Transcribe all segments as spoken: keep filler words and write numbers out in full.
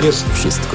Jest wszystko.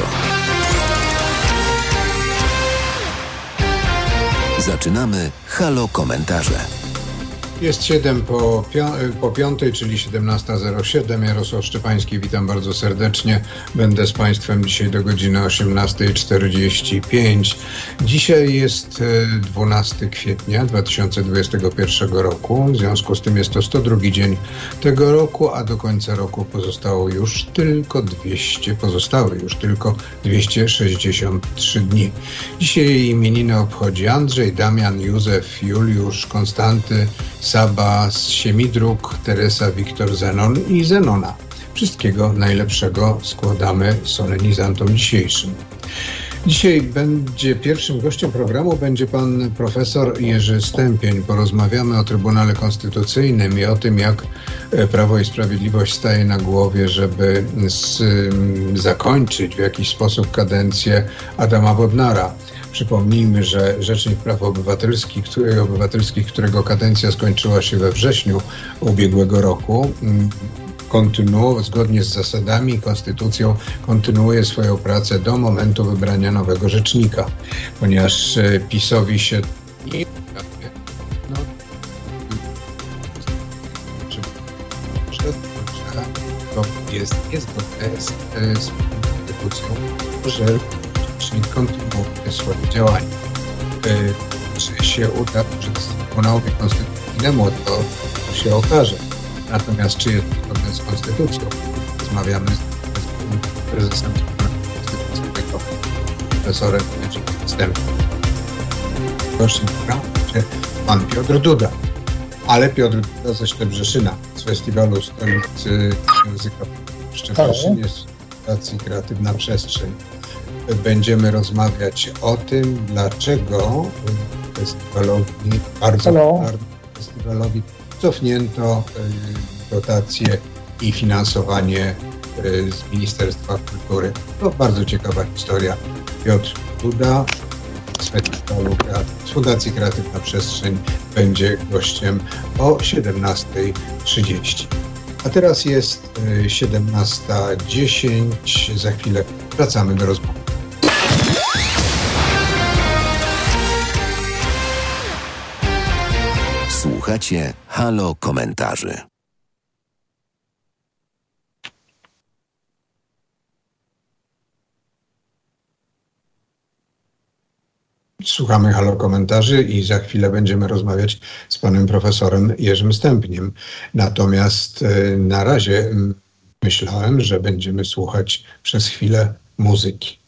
Zaczynamy Halo Komentarze. Jest siedem po, pią- po piątej, czyli siedemnasta zero siedem. Jarosław Szczepański, witam bardzo serdecznie. Będę z Państwem dzisiaj do godziny osiemnasta czterdzieści pięć. Dzisiaj jest dwunastego kwietnia dwa tysiące dwudziestego pierwszego roku. W związku z tym jest to sto drugi dzień tego roku, a do końca roku pozostało już tylko dwieście, pozostały już tylko dwieście sześćdziesiąt trzy dni. Dzisiaj imieniny obchodzi Andrzej, Damian, Józef, Juliusz, Konstanty, Saba, Siemidruk, Teresa, Wiktor, Zenon i Zenona. Wszystkiego najlepszego składamy solenizantom dzisiejszym. Dzisiaj będzie pierwszym gościem programu będzie pan profesor Jerzy Stępień. Porozmawiamy o Trybunale Konstytucyjnym i o tym, jak Prawo i Sprawiedliwość staje na głowie, żeby z, zakończyć w jakiś sposób kadencję Adama Bodnara. Przypomnijmy, że Rzecznik Praw Obywatelskich, który, Obywatelskich, którego kadencja skończyła się we wrześniu ubiegłego roku, kontynuował, zgodnie z zasadami i konstytucją, kontynuuje swoją pracę do momentu wybrania nowego rzecznika. Ponieważ PiS-owi się nie no, to jest niezgodne z, z konstytucją, że rzecznik kontynuuje swoje działania. Czy się uda, że Trybunałowi Konstytucyjnemu, to się okaże. Natomiast czy jest zgodne z konstytucją? Rozmawiamy z prezesem Trybunału Konstytucyjnego, profesorem Jerzym Stępniem. Gościem programu będzie pan Piotr Duda. Ale Piotr Duda ze Szczebrzeszyna, z Festiwalu Stolicy Języka w Szczebrzeszynie, z Fundacji Kreatywna Przestrzeń. Będziemy rozmawiać o tym, dlaczego festiwalowi, bardzo popularnemu festiwalowi, cofnięto y, dotacje i finansowanie y, z Ministerstwa Kultury. To bardzo ciekawa historia. Piotr Duda z Festiwalu z Fundacji Kreatywna Przestrzeń będzie gościem o siedemnasta trzydzieści. A teraz jest y, siedemnasta dziesięć. Za chwilę wracamy do rozmowy. Słuchacie Halo Komentarzy. Słuchamy Halo Komentarzy i za chwilę będziemy rozmawiać z panem profesorem Jerzym Stępniem. Natomiast na razie myślałem, że będziemy słuchać przez chwilę muzyki.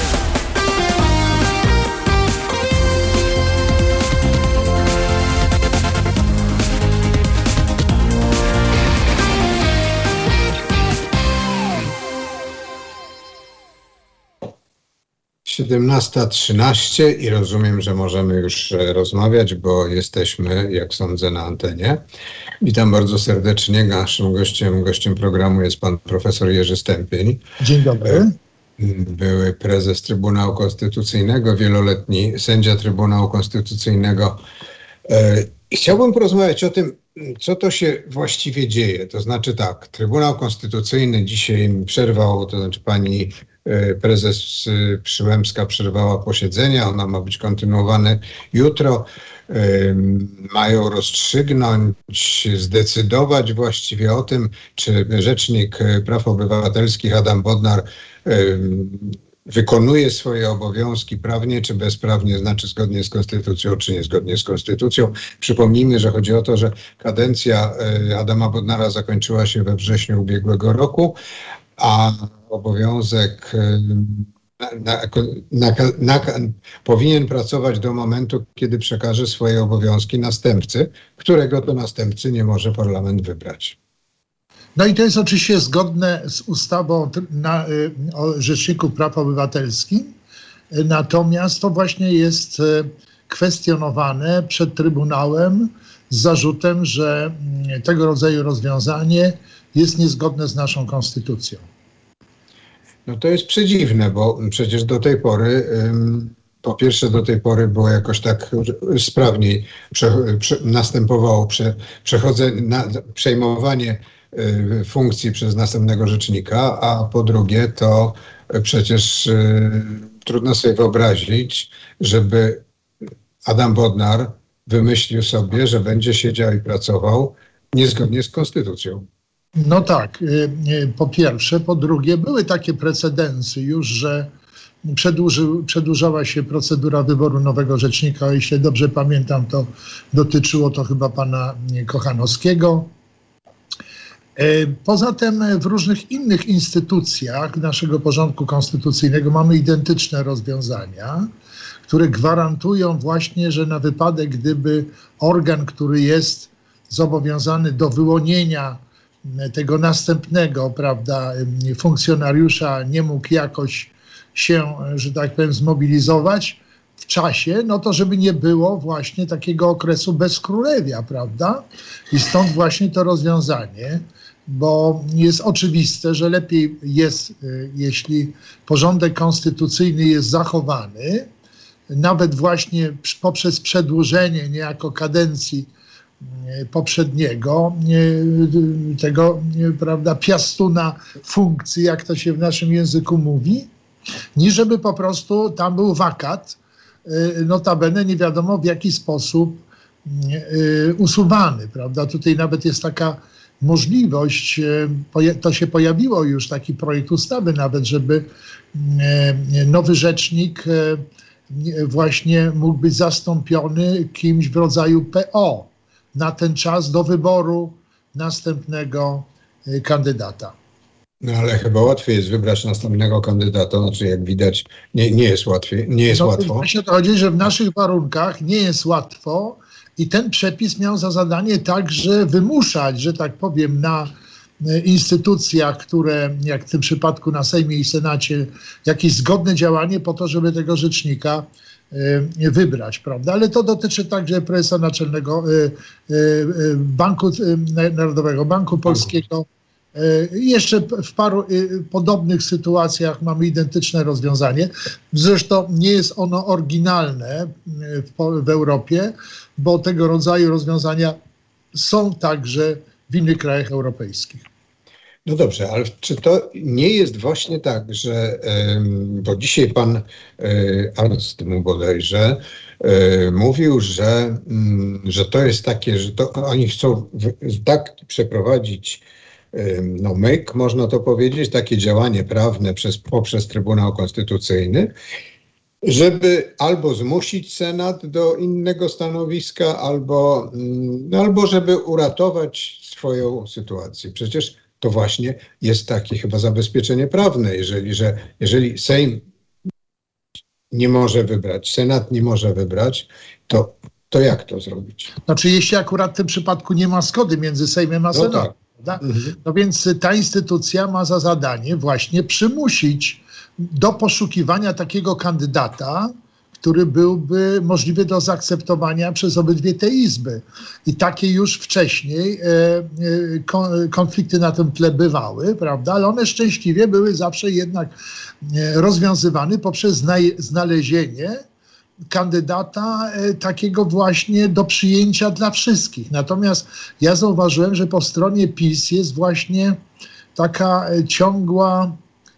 siedemnasta trzynaście i rozumiem, że możemy już rozmawiać, bo jesteśmy, jak sądzę, na antenie. Witam bardzo serdecznie. Naszym gościem, gościem programu jest pan profesor Jerzy Stępień. Dzień dobry. Były prezes Trybunału Konstytucyjnego, wieloletni sędzia Trybunału Konstytucyjnego. Chciałbym porozmawiać o tym, co to się właściwie dzieje. To znaczy tak, Trybunał Konstytucyjny dzisiaj przerwał, to znaczy pani prezes Przyłębska przerwała posiedzenia, ona ma być kontynuowane jutro. Mają rozstrzygnąć, zdecydować właściwie o tym, czy Rzecznik Praw Obywatelskich Adam Bodnar wykonuje swoje obowiązki prawnie czy bezprawnie, znaczy zgodnie z konstytucją czy niezgodnie z konstytucją. Przypomnijmy, że chodzi o to, że kadencja Adama Bodnara zakończyła się we wrześniu ubiegłego roku, a obowiązek na, na, na, na, powinien pracować do momentu, kiedy przekaże swoje obowiązki następcy, którego to następcy nie może parlament wybrać. No i to jest oczywiście zgodne z ustawą na, o Rzeczniku Praw Obywatelskich, natomiast to właśnie jest kwestionowane przed Trybunałem z zarzutem, że tego rodzaju rozwiązanie jest niezgodne z naszą konstytucją. No to jest przedziwne, bo przecież do tej pory, po pierwsze do tej pory było jakoś tak sprawniej prze, prze, następowało prze, przechodzenie, na, przejmowanie funkcji przez następnego rzecznika, a po drugie to przecież y, trudno sobie wyobrazić, żeby Adam Bodnar wymyślił sobie, że będzie siedział i pracował niezgodnie z konstytucją. No tak, po pierwsze. Po drugie, były takie precedensy już, że przedłuży, przedłużała się procedura wyboru nowego rzecznika. O jeśli dobrze pamiętam, to dotyczyło to chyba pana Kochanowskiego. Poza tym w różnych innych instytucjach naszego porządku konstytucyjnego mamy identyczne rozwiązania, które gwarantują właśnie, że na wypadek, gdyby organ, który jest zobowiązany do wyłonienia tego następnego, prawda, funkcjonariusza, nie mógł jakoś się, że tak powiem, zmobilizować w czasie, no to żeby nie było właśnie takiego okresu bezkrólewia, prawda? I stąd właśnie to rozwiązanie, bo jest oczywiste, że lepiej jest, jeśli porządek konstytucyjny jest zachowany, nawet właśnie poprzez przedłużenie niejako kadencji poprzedniego, tego, prawda, piastuna funkcji, jak to się w naszym języku mówi, niż żeby po prostu tam był wakat, notabene nie wiadomo w jaki sposób usuwany, prawda. Tutaj nawet jest taka możliwość, to się pojawiło już taki projekt ustawy nawet, żeby nowy rzecznik właśnie mógł być zastąpiony kimś w rodzaju P O na ten czas do wyboru następnego kandydata. No ale chyba łatwiej jest wybrać następnego kandydata, znaczy jak widać nie, nie jest łatwiej, nie jest no, łatwo. Właśnie o to chodzi, że w naszych warunkach nie jest łatwo i ten przepis miał za zadanie także wymuszać, że tak powiem, na instytucjach, które jak w tym przypadku na Sejmie i Senacie, jakieś zgodne działanie po to, żeby tego rzecznika wybrać, prawda? Ale to dotyczy także prezesa Naczelnego Banku Narodowego, Banku Polskiego. Jeszcze w paru podobnych sytuacjach mamy identyczne rozwiązanie. Zresztą nie jest ono oryginalne w, w Europie, bo tego rodzaju rozwiązania są także w innych krajach europejskich. No dobrze, ale czy to nie jest właśnie tak, że, bo dzisiaj pan Arndt mu bodajże mówił, że, że to jest takie, że to oni chcą tak przeprowadzić no myk, można to powiedzieć, takie działanie prawne przez, poprzez Trybunał Konstytucyjny, żeby albo zmusić Senat do innego stanowiska, albo, albo żeby uratować swoją sytuację. Przecież to właśnie jest takie chyba zabezpieczenie prawne, jeżeli, że, jeżeli Sejm nie może wybrać, Senat nie może wybrać, to, to jak to zrobić? Znaczy, jeśli akurat w tym przypadku nie ma zgody między Sejmem a Senatem, no, tak. mhm. no więc ta instytucja ma za zadanie właśnie przymusić do poszukiwania takiego kandydata, który byłby możliwy do zaakceptowania przez obydwie te izby. I takie już wcześniej e, e, konflikty na tym tle bywały, prawda? Ale one szczęśliwie były zawsze jednak e, rozwiązywane poprzez zna znalezienie kandydata e, takiego właśnie do przyjęcia dla wszystkich. Natomiast ja zauważyłem, że po stronie PiS jest właśnie taka e, ciągła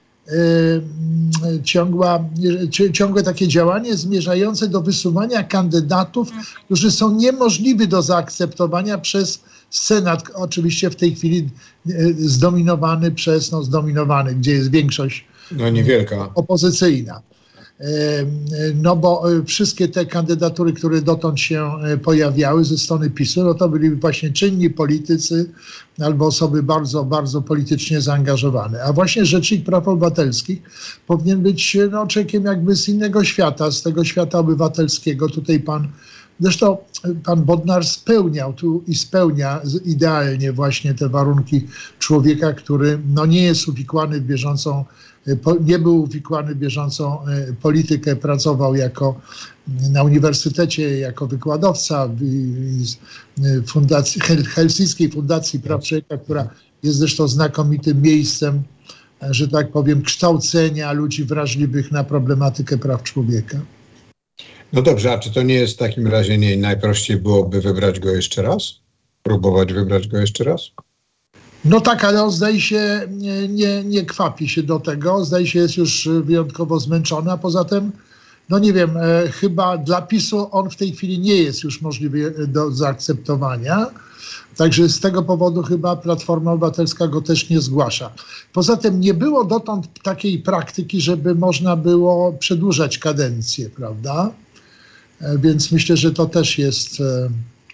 Ciągła, ciągłe takie działanie zmierzające do wysuwania kandydatów, którzy są niemożliwi do zaakceptowania przez Senat, oczywiście w tej chwili zdominowany przez, no zdominowany, gdzie jest większość no, niewielka. opozycyjna. No bo wszystkie te kandydatury, które dotąd się pojawiały ze strony PiSu, no to byli właśnie czynni politycy albo osoby bardzo, bardzo politycznie zaangażowane. A właśnie Rzecznik Praw Obywatelskich powinien być no, człowiekiem jakby z innego świata, z tego świata obywatelskiego. Tutaj pan, zresztą pan Bodnar spełniał tu i spełnia idealnie właśnie te warunki człowieka, który no, nie jest uwikłany w bieżącą nie był uwikłany w bieżącą politykę, pracował jako na uniwersytecie jako wykładowca w fundacji, Helsińskiej Fundacji Praw Człowieka, która jest zresztą znakomitym miejscem, że tak powiem, kształcenia ludzi wrażliwych na problematykę praw człowieka. No dobrze, a czy to nie jest w takim razie nie najprościej byłoby wybrać go jeszcze raz? Próbować wybrać go jeszcze raz? No tak, ale on zdaje się nie, nie, nie kwapi się do tego, zdaje się jest już wyjątkowo zmęczony, a poza tym, no nie wiem, e, chyba dla PiSu on w tej chwili nie jest już możliwy do zaakceptowania, także z tego powodu chyba Platforma Obywatelska go też nie zgłasza. Poza tym nie było dotąd takiej praktyki, żeby można było przedłużać kadencję, prawda? E, więc myślę, że to też jest, e,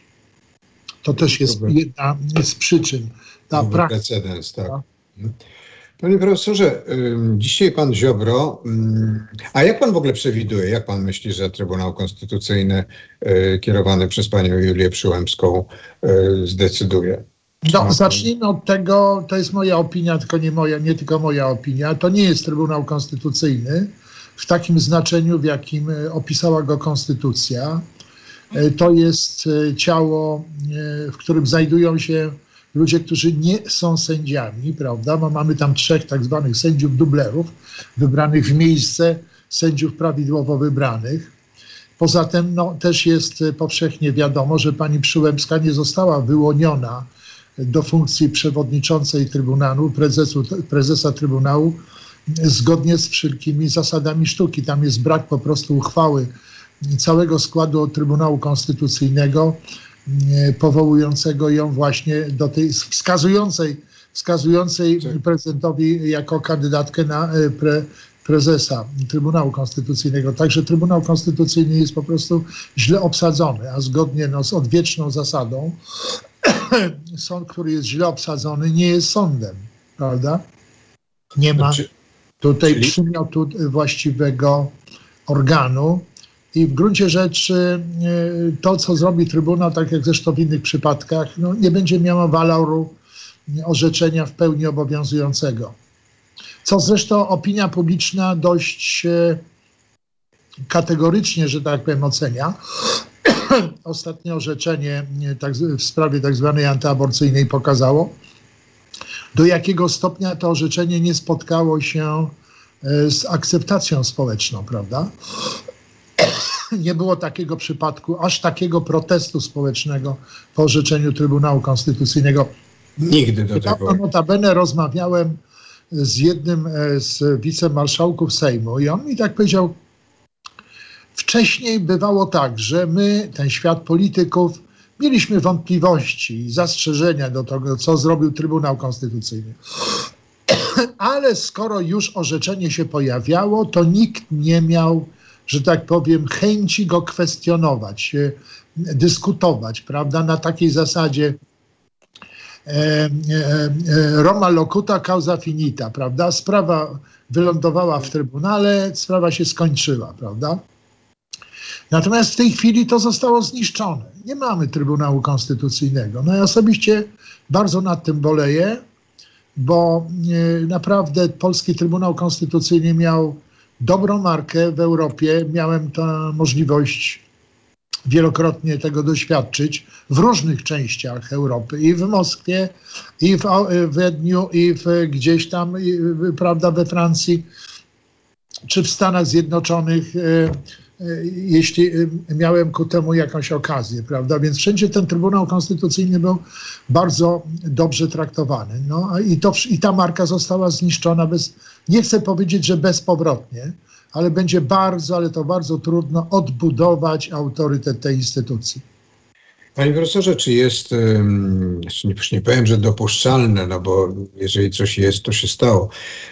to też jest jedna z przyczyn. Ta precedens, tak. Panie profesorze, dzisiaj pan Ziobro, a jak pan w ogóle przewiduje, jak pan myśli, że Trybunał Konstytucyjny kierowany przez panią Julię Przyłębską zdecyduje? No, zacznijmy od tego, to jest moja opinia, tylko nie moja, nie tylko moja opinia, to nie jest Trybunał Konstytucyjny w takim znaczeniu, w jakim opisała go Konstytucja. To jest ciało, w którym znajdują się ludzie, którzy nie są sędziami, prawda? Bo mamy tam trzech tak zwanych sędziów dublerów, wybranych w miejsce sędziów prawidłowo wybranych. Poza tym no, też jest powszechnie wiadomo, że pani Przyłębska nie została wyłoniona do funkcji przewodniczącej Trybunału, prezesu, prezesa Trybunału, zgodnie z wszelkimi zasadami sztuki. Tam jest brak po prostu uchwały całego składu Trybunału Konstytucyjnego, powołującego ją właśnie do tej wskazującej, wskazującej prezydentowi jako kandydatkę na pre, prezesa Trybunału Konstytucyjnego. Także Trybunał Konstytucyjny jest po prostu źle obsadzony, a zgodnie no, z odwieczną zasadą sąd, który jest źle obsadzony, nie jest sądem, prawda? Nie ma tutaj Czyli... przymiotu właściwego organu. I w gruncie rzeczy to, co zrobi Trybunał, tak jak zresztą w innych przypadkach, no, nie będzie miało waloru orzeczenia w pełni obowiązującego. Co zresztą opinia publiczna dość kategorycznie, że tak powiem, ocenia. Ostatnie orzeczenie tak, w sprawie tak zwanej antyaborcyjnej pokazało, do jakiego stopnia to orzeczenie nie spotkało się z akceptacją społeczną, prawda? Nie było takiego przypadku, aż takiego protestu społecznego po orzeczeniu Trybunału Konstytucyjnego. Nigdy do tego. Notabene rozmawiałem z jednym z wicemarszałków Sejmu i on mi tak powiedział, wcześniej bywało tak, że my, ten świat polityków, mieliśmy wątpliwości i zastrzeżenia do tego, co zrobił Trybunał Konstytucyjny. Ale skoro już orzeczenie się pojawiało, to nikt nie miał, że tak powiem, chęci go kwestionować, dyskutować, prawda, na takiej zasadzie e, e, Roma locuta causa finita, prawda, sprawa wylądowała w Trybunale, sprawa się skończyła, prawda. Natomiast w tej chwili to zostało zniszczone. Nie mamy Trybunału Konstytucyjnego. No ja osobiście bardzo nad tym boleję, bo e, naprawdę Polski Trybunał Konstytucyjny miał dobrą markę w Europie. Miałem tę możliwość wielokrotnie tego doświadczyć w różnych częściach Europy, i w Moskwie, i w Wiedniu, i w, gdzieś tam, i, prawda, we Francji, czy w Stanach Zjednoczonych, jeśli miałem ku temu jakąś okazję, prawda? Więc wszędzie ten Trybunał Konstytucyjny był bardzo dobrze traktowany. No i, to, i ta marka została zniszczona bez, nie chcę powiedzieć, że bezpowrotnie, ale będzie bardzo, ale to bardzo trudno odbudować autorytet tej instytucji. Panie profesorze, czy jest, już nie powiem, że dopuszczalne, no bo jeżeli coś jest, to się stało,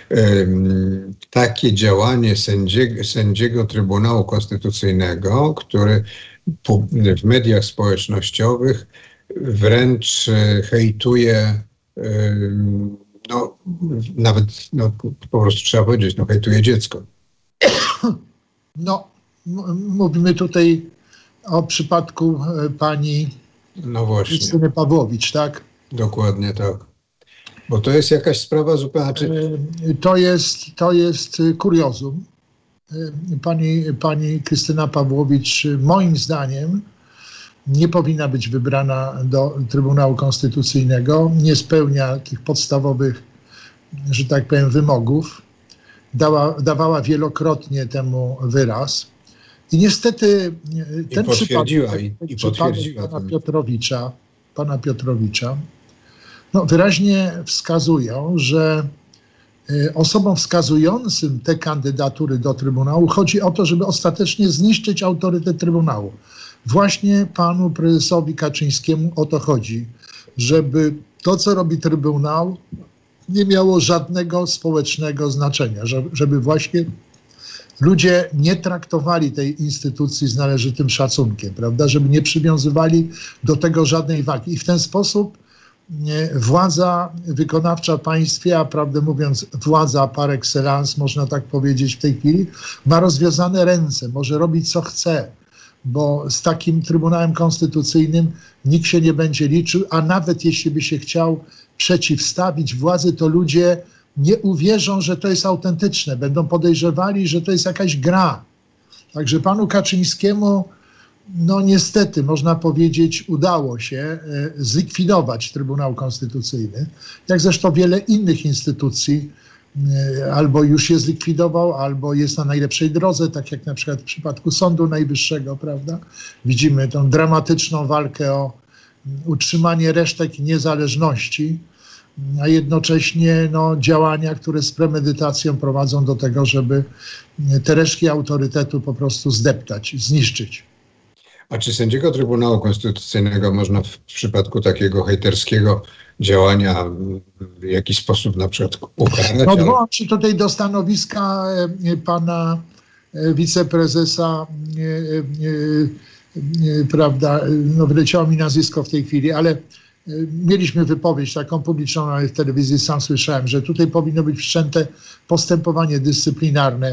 takie działanie sędziego, sędziego Trybunału Konstytucyjnego, który w mediach społecznościowych wręcz hejtuje, no nawet, no po prostu trzeba powiedzieć, no hejtuje dziecko. No, mówimy tutaj o przypadku pani no właśnie. Krystyny Pawłowicz, tak? Dokładnie tak. Bo to jest jakaś sprawa zupełnie... To jest, to jest kuriozum. Pani, pani Krystyna Pawłowicz moim zdaniem nie powinna być wybrana do Trybunału Konstytucyjnego. Nie spełnia tych podstawowych, że tak powiem, wymogów. Dała, dawała wielokrotnie temu wyraz. I niestety I ten przypadek, i, i przypadek pana Piotrowicza, pana Piotrowicza no, wyraźnie wskazują, że osobom wskazującym te kandydatury do Trybunału chodzi o to, żeby ostatecznie zniszczyć autorytet Trybunału. Właśnie panu prezesowi Kaczyńskiemu o to chodzi, żeby to, co robi Trybunał, nie miało żadnego społecznego znaczenia, żeby właśnie ludzie nie traktowali tej instytucji z należytym szacunkiem, prawda, żeby nie przywiązywali do tego żadnej wagi. I w ten sposób władza wykonawcza w państwie, a prawdę mówiąc władza par excellence, można tak powiedzieć w tej chwili, ma rozwiązane ręce, może robić co chce, bo z takim Trybunałem Konstytucyjnym nikt się nie będzie liczył, a nawet jeśli by się chciał przeciwstawić władzy, to ludzie nie uwierzą, że to jest autentyczne, będą podejrzewali, że to jest jakaś gra. Także panu Kaczyńskiemu, no niestety, można powiedzieć, udało się zlikwidować Trybunał Konstytucyjny, jak zresztą wiele innych instytucji albo już je zlikwidował, albo jest na najlepszej drodze, tak jak na przykład w przypadku Sądu Najwyższego, prawda? Widzimy tą dramatyczną walkę o utrzymanie resztek niezależności, a jednocześnie no, działania, które z premedytacją prowadzą do tego, żeby te resztki autorytetu po prostu zdeptać, zniszczyć. A czy sędziego Trybunału Konstytucyjnego można w przypadku takiego hejterskiego działania w jakiś sposób na przykład ukarać? Odwołam się tutaj do stanowiska pana wiceprezesa, prawda, no wyleciało mi nazwisko w tej chwili, ale mieliśmy wypowiedź taką publiczną w telewizji, sam słyszałem, że tutaj powinno być wszczęte postępowanie dyscyplinarne.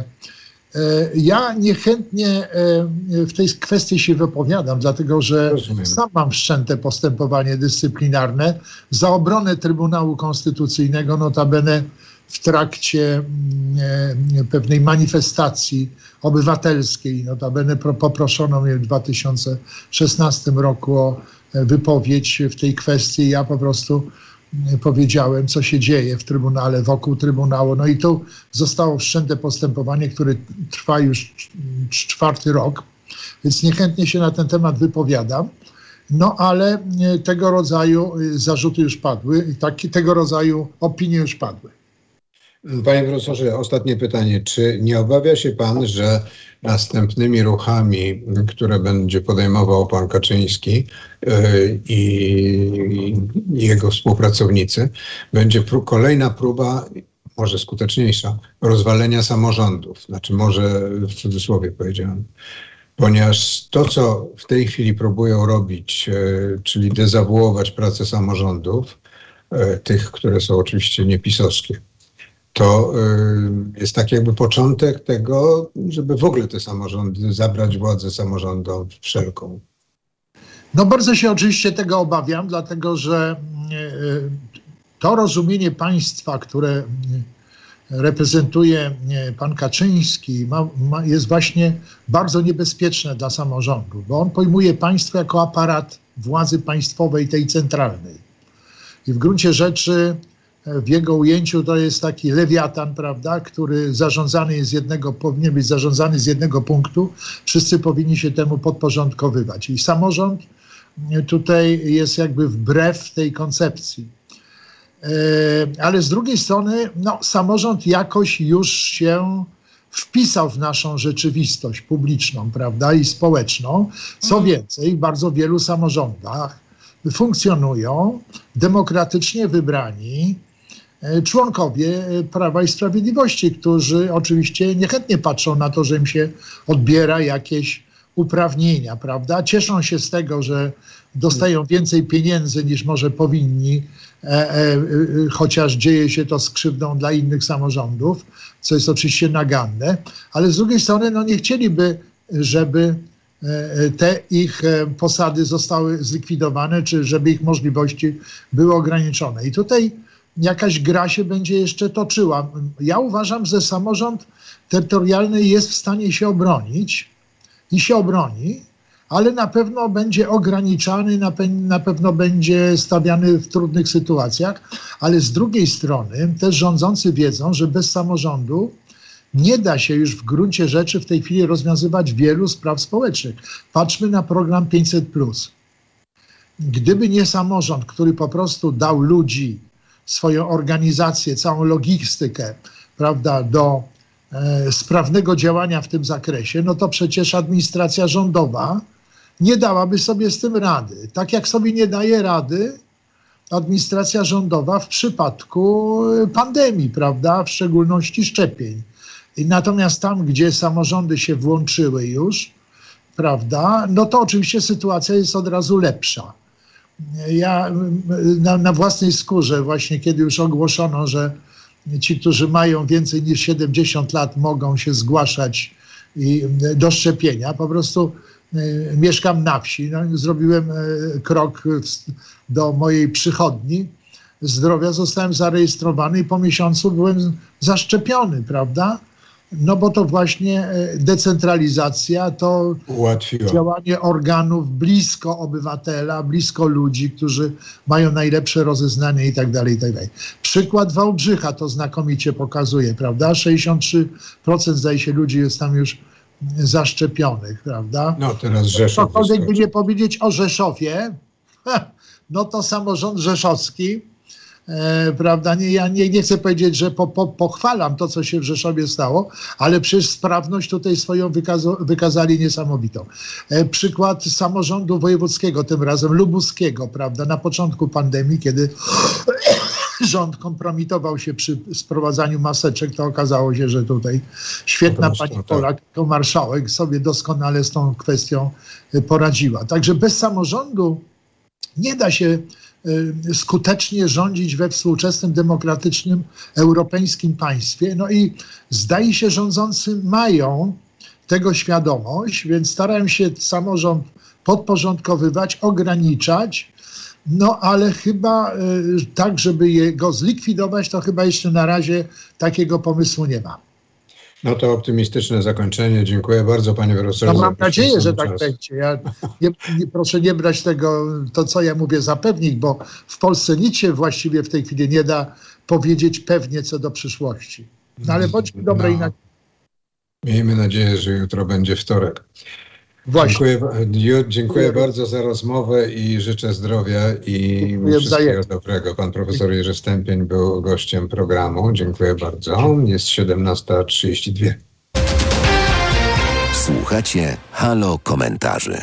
Ja niechętnie w tej kwestii się wypowiadam, dlatego że Rozumiem. sam mam wszczęte postępowanie dyscyplinarne za obronę Trybunału Konstytucyjnego, notabene w trakcie pewnej manifestacji obywatelskiej. Notabene poproszono mnie w dwa tysiące szesnastym roku o wypowiedź w tej kwestii. Ja po prostu powiedziałem, co się dzieje w Trybunale, wokół Trybunału. No i tu zostało wszczęte postępowanie, które trwa już czwarty rok, więc niechętnie się na ten temat wypowiadam. No ale tego rodzaju zarzuty już padły i taki, tego rodzaju opinie już padły. Panie profesorze, ostatnie pytanie. Czy nie obawia się pan, że następnymi ruchami, które będzie podejmował pan Kaczyński yy, i jego współpracownicy, będzie pró- kolejna próba, może skuteczniejsza, rozwalenia samorządów? Znaczy może w cudzysłowie powiedziałem. Ponieważ to, co w tej chwili próbują robić, yy, czyli dezawuować pracę samorządów, yy, tych, które są oczywiście niepisowskie, to y, jest tak jakby początek tego, żeby w ogóle te samorządy, zabrać władzę samorządom wszelką. No bardzo się oczywiście tego obawiam, dlatego że y, to rozumienie państwa, które reprezentuje pan Kaczyński, ma, ma, jest właśnie bardzo niebezpieczne dla samorządu, bo on pojmuje państwo jako aparat władzy państwowej, tej centralnej. I w gruncie rzeczy w jego ujęciu to jest taki lewiatan, prawda, który zarządzany jest z jednego, powinien być zarządzany z jednego punktu. Wszyscy powinni się temu podporządkowywać. I samorząd tutaj jest jakby wbrew tej koncepcji. Ale z drugiej strony no, samorząd jakoś już się wpisał w naszą rzeczywistość publiczną, prawda, i społeczną. Co więcej, w bardzo wielu samorządach funkcjonują demokratycznie wybrani członkowie Prawa i Sprawiedliwości, którzy oczywiście niechętnie patrzą na to, że im się odbiera jakieś uprawnienia, prawda? Cieszą się z tego, że dostają więcej pieniędzy niż może powinni, e, e, chociaż dzieje się to z krzywdą dla innych samorządów, co jest oczywiście naganne, ale z drugiej strony no, nie chcieliby, żeby te ich posady zostały zlikwidowane, czy żeby ich możliwości były ograniczone. I tutaj jakaś gra się będzie jeszcze toczyła. Ja uważam, że samorząd terytorialny jest w stanie się obronić i się obroni, ale na pewno będzie ograniczany, na, pe- na pewno będzie stawiany w trudnych sytuacjach, ale z drugiej strony też rządzący wiedzą, że bez samorządu nie da się już w gruncie rzeczy w tej chwili rozwiązywać wielu spraw społecznych. Patrzmy na program pięćset plus. gdyby nie samorząd, który po prostu dał ludzi, swoją organizację, całą logistykę, prawda, do e, sprawnego działania w tym zakresie, no to przecież administracja rządowa nie dałaby sobie z tym rady. Tak jak sobie nie daje rady administracja rządowa w przypadku pandemii, prawda, w szczególności szczepień. I natomiast tam, gdzie samorządy się włączyły już, prawda, no to oczywiście sytuacja jest od razu lepsza. Ja na, na własnej skórze właśnie, kiedy już ogłoszono, że ci, którzy mają więcej niż siedemdziesiąt lat, mogą się zgłaszać i, do szczepienia, po prostu y, mieszkam na wsi, no, zrobiłem y, krok w, do mojej przychodni zdrowia, zostałem zarejestrowany i po miesiącu byłem zaszczepiony, prawda? No bo to właśnie decentralizacja, to ułatwiła działanie organów blisko obywatela, blisko ludzi, którzy mają najlepsze rozeznanie i tak dalej, i tak dalej. Przykład Wałbrzycha to znakomicie pokazuje, prawda? sześćdziesiąt trzy procent zdaje się ludzi jest tam już zaszczepionych, prawda? No teraz Rzeszów. Cokolwiek by nie powiedzieć o Rzeszowie, no to samorząd rzeszowski, E, prawda, nie, ja nie, nie chcę powiedzieć, że po, po, pochwalam to, co się w Rzeszowie stało, ale przecież sprawność tutaj swoją wykazo, wykazali niesamowitą. E, przykład samorządu wojewódzkiego, tym razem lubuskiego, prawda, na początku pandemii, kiedy rząd kompromitował się przy sprowadzaniu maseczek, to okazało się, że tutaj świetna prostu, pani tak. Polak, to marszałek, sobie doskonale z tą kwestią poradziła. Także bez samorządu nie da się skutecznie rządzić we współczesnym, demokratycznym, europejskim państwie. No i zdaje się, rządzący mają tego świadomość, więc starają się samorząd podporządkowywać, ograniczać, no ale chyba y, tak, żeby je, go zlikwidować, to chyba jeszcze na razie takiego pomysłu nie ma. No to optymistyczne zakończenie. Dziękuję bardzo, panie profesorze. No mam nadzieję, że tak czas. będzie. Ja nie, nie, proszę nie brać tego, to co ja mówię, za pewnik, bo w Polsce nic się właściwie w tej chwili nie da powiedzieć pewnie co do przyszłości. No ale bądźmy dobrej no. nadziei. Miejmy nadzieję, że jutro będzie wtorek. Właśnie. Dziękuję, dziękuję, dziękuję bardzo za rozmowę i życzę zdrowia i Dziękuję wszystkiego wzajemnie. dobrego. Pan profesor Jerzy Stępień był gościem programu. Dziękuję bardzo. Jest siedemnasta trzydzieści dwa. Słuchacie Halo Komentarzy.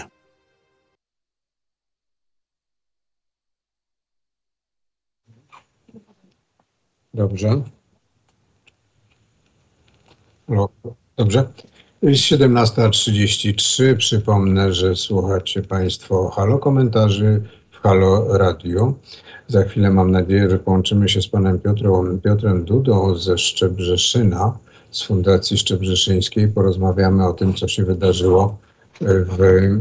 Dobrze. O, dobrze. Jest siedemnasta trzydzieści trzy. Przypomnę, że słuchacie państwo Halo Komentarzy w Halo Radio. Za chwilę mam nadzieję, że połączymy się z panem Piotrem, Piotrem Dudą ze Szczebrzeszyna, z Fundacji Szczebrzeszyńskiej. Porozmawiamy o tym, co się wydarzyło w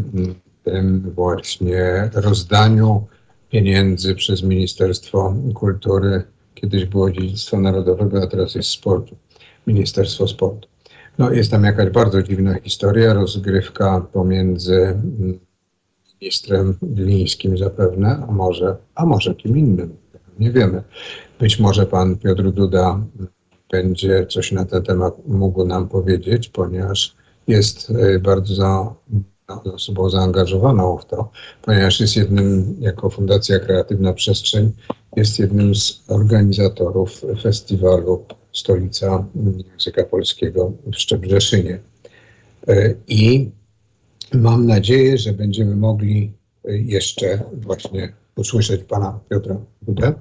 tym właśnie rozdaniu pieniędzy przez Ministerstwo Kultury. Kiedyś było Dziedzictwo Narodowego, a teraz jest Sportu. Ministerstwo Sportu. No jest tam jakaś bardzo dziwna historia, rozgrywka pomiędzy ministrem Glińskim zapewne, a może, a może kim innym, nie wiemy. Być może pan Piotr Duda będzie coś na ten temat mógł nam powiedzieć, ponieważ jest bardzo za, no, osobą zaangażowaną w to, ponieważ jest jednym, jako Fundacja Kreatywna Przestrzeń, jest jednym z organizatorów festiwalu Stolica Języka Polskiego w Szczebrzeszynie. I mam nadzieję, że będziemy mogli jeszcze właśnie usłyszeć pana Piotra Dudę,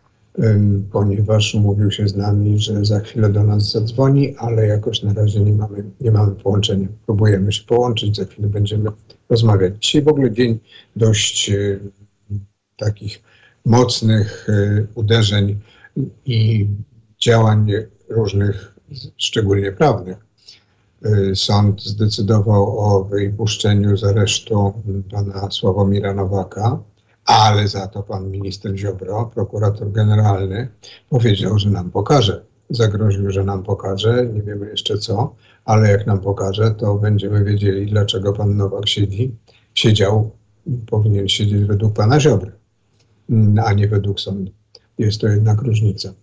ponieważ umówił się z nami, że za chwilę do nas zadzwoni, ale jakoś na razie nie mamy, nie mamy połączenia. Próbujemy się połączyć, za chwilę będziemy rozmawiać. Dzisiaj w ogóle dzień dość takich mocnych uderzeń i działań różnych, szczególnie prawnych. Sąd zdecydował o wypuszczeniu z aresztu pana Sławomira Nowaka, ale za to pan minister Ziobro, prokurator generalny, powiedział, że nam pokaże. Zagroził, że nam pokaże, nie wiemy jeszcze co, ale jak nam pokaże, to będziemy wiedzieli, dlaczego pan Nowak siedzi, siedział, powinien siedzieć według pana Ziobry, a nie według sądu. Jest to jednak różnica.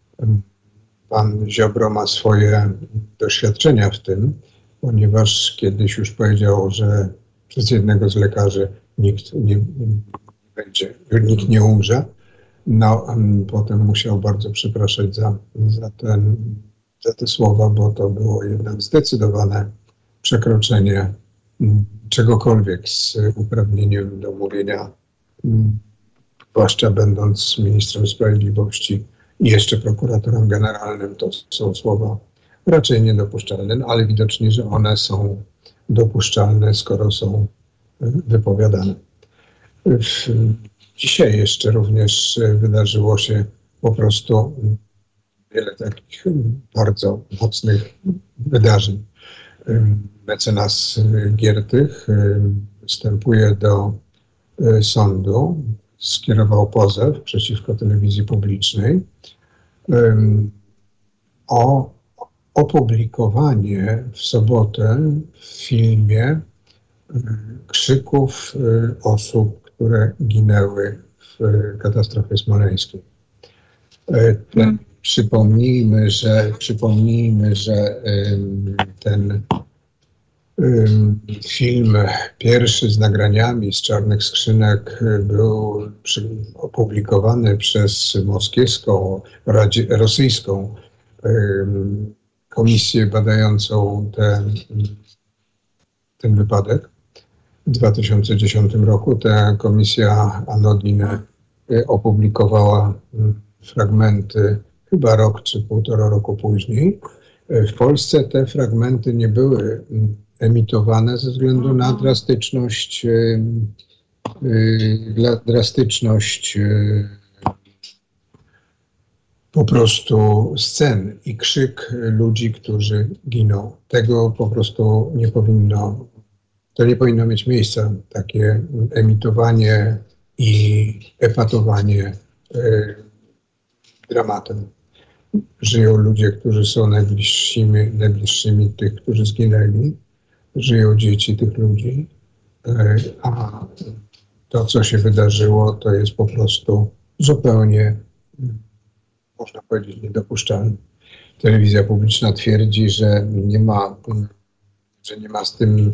Pan Ziobro ma swoje doświadczenia w tym, ponieważ kiedyś już powiedział, że przez jednego z lekarzy nikt nie będzie, nikt nie umrze. No, potem musiał bardzo przepraszać za, za, ten, za te słowa, bo to było jednak zdecydowane przekroczenie czegokolwiek z uprawnieniem do mówienia, zwłaszcza będąc ministrem sprawiedliwości i jeszcze prokuratorem generalnym. To są słowa raczej niedopuszczalne, no, ale widocznie, że one są dopuszczalne, skoro są wypowiadane. Dzisiaj jeszcze również wydarzyło się po prostu wiele takich bardzo mocnych wydarzeń. Mecenas Giertych wstępuje do sądu, skierował pozew przeciwko telewizji publicznej o opublikowanie w sobotę w filmie krzyków osób, które ginęły w katastrofie smoleńskiej. Ten, przypomnijmy, że, przypomnijmy, że ten film pierwszy z nagraniami z czarnych skrzynek był przy, opublikowany przez moskiewską, radzie, rosyjską komisję badającą ten, ten wypadek. W dwa tysiące dziesiątym roku ta komisja Anodin opublikowała fragmenty chyba rok czy półtora roku później. W Polsce te fragmenty nie były emitowane ze względu na drastyczność, drastyczność po prostu scen i krzyk ludzi, którzy giną. Tego po prostu nie powinno, to nie powinno mieć miejsca, takie emitowanie i epatowanie y, dramatem. Żyją ludzie, którzy są najbliższymi, najbliższymi tych, którzy zginęli. Żyją dzieci tych ludzi, y, a to, co się wydarzyło, to jest po prostu zupełnie, można powiedzieć, niedopuszczalne. Telewizja publiczna twierdzi, że nie ma, że nie ma z tym,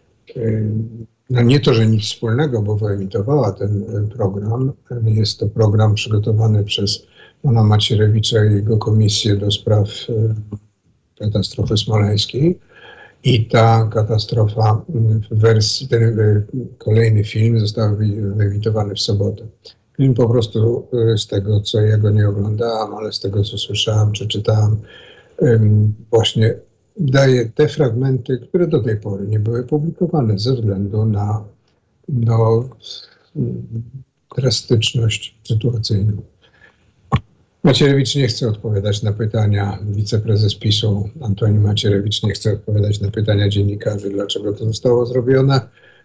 no nie to, że nic wspólnego, bo wyemitowała ten program. Jest to program przygotowany przez pana Macierewicza i jego komisję do spraw katastrofy smoleńskiej. I ta katastrofa w wersji, ten kolejny film został wyemitowany w sobotę. Film po prostu z tego, co ja go nie oglądałam, ale z tego, co słyszałam czy czytałam, właśnie daje te fragmenty, które do tej pory nie były publikowane ze względu na no, drastyczność sytuacyjną. Macierewicz nie chce odpowiadać na pytania, wiceprezes PiSu Antoni Macierewicz nie chce odpowiadać na pytania dziennikarzy, dlaczego to zostało zrobione.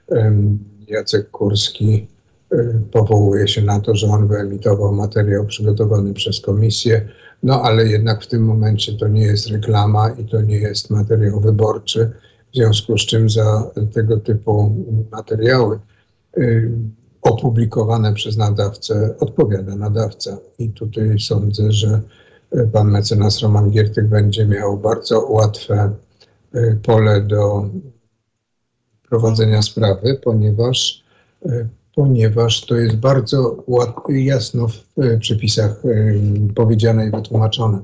Jacek Kurski powołuje się na to, że on wyemitował materiał przygotowany przez komisję, no ale jednak w tym momencie to nie jest reklama i to nie jest materiał wyborczy, w związku z czym za tego typu materiały y, opublikowane przez nadawcę odpowiada nadawca. I tutaj sądzę, że pan mecenas Roman Giertych będzie miał bardzo łatwe y, pole do prowadzenia sprawy, ponieważ y, ponieważ to jest bardzo jasno w przepisach powiedziane i wytłumaczone.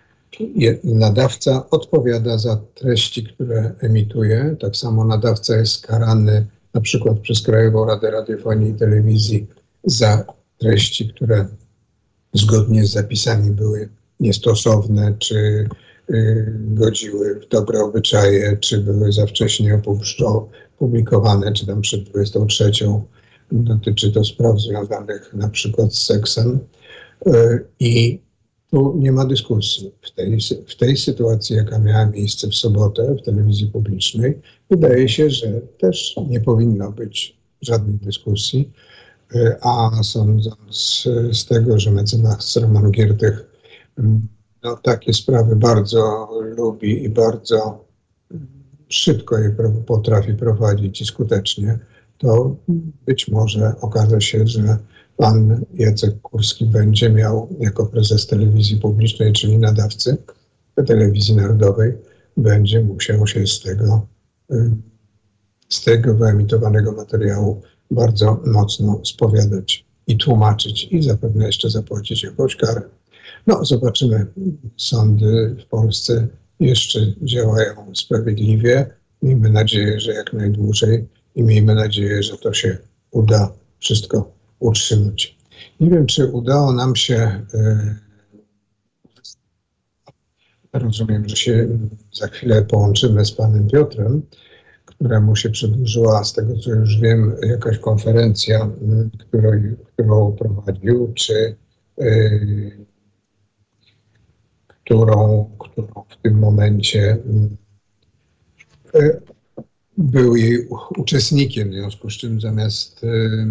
Nadawca odpowiada za treści, które emituje. Tak samo nadawca jest karany na przykład przez Krajową Radę Radiofonii i Telewizji za treści, które zgodnie z zapisami były niestosowne, czy y, godziły w dobre obyczaje, czy były za wcześnie opublikowane, czy tam przed dwudziestą trzecią. Dotyczy to spraw związanych na przykład z seksem i tu nie ma dyskusji. W tej, w tej sytuacji, jaka miała miejsce w sobotę w telewizji publicznej, wydaje się, że też nie powinno być żadnej dyskusji, a sądząc z tego, że mecenas Roman Giertych no, takie sprawy bardzo lubi i bardzo szybko je potrafi prowadzić i skutecznie, to być może okaże się, że pan Jacek Kurski będzie miał jako prezes telewizji publicznej, czyli nadawcy telewizji narodowej, będzie musiał się z tego, z tego wyemitowanego materiału bardzo mocno spowiadać i tłumaczyć i zapewne jeszcze zapłacić jakąś karę. No, zobaczymy. Sądy w Polsce jeszcze działają sprawiedliwie. Miejmy nadzieję, że jak najdłużej i miejmy nadzieję, że to się uda wszystko utrzymać. Nie wiem, czy udało nam się, yy, rozumiem, że się za chwilę połączymy z panem Piotrem, któremu się przedłużyła, z tego co już wiem, jakaś konferencja, którą, którą prowadził, czy yy, którą, którą w tym momencie yy, był jej uczestnikiem, w związku z czym zamiast yy,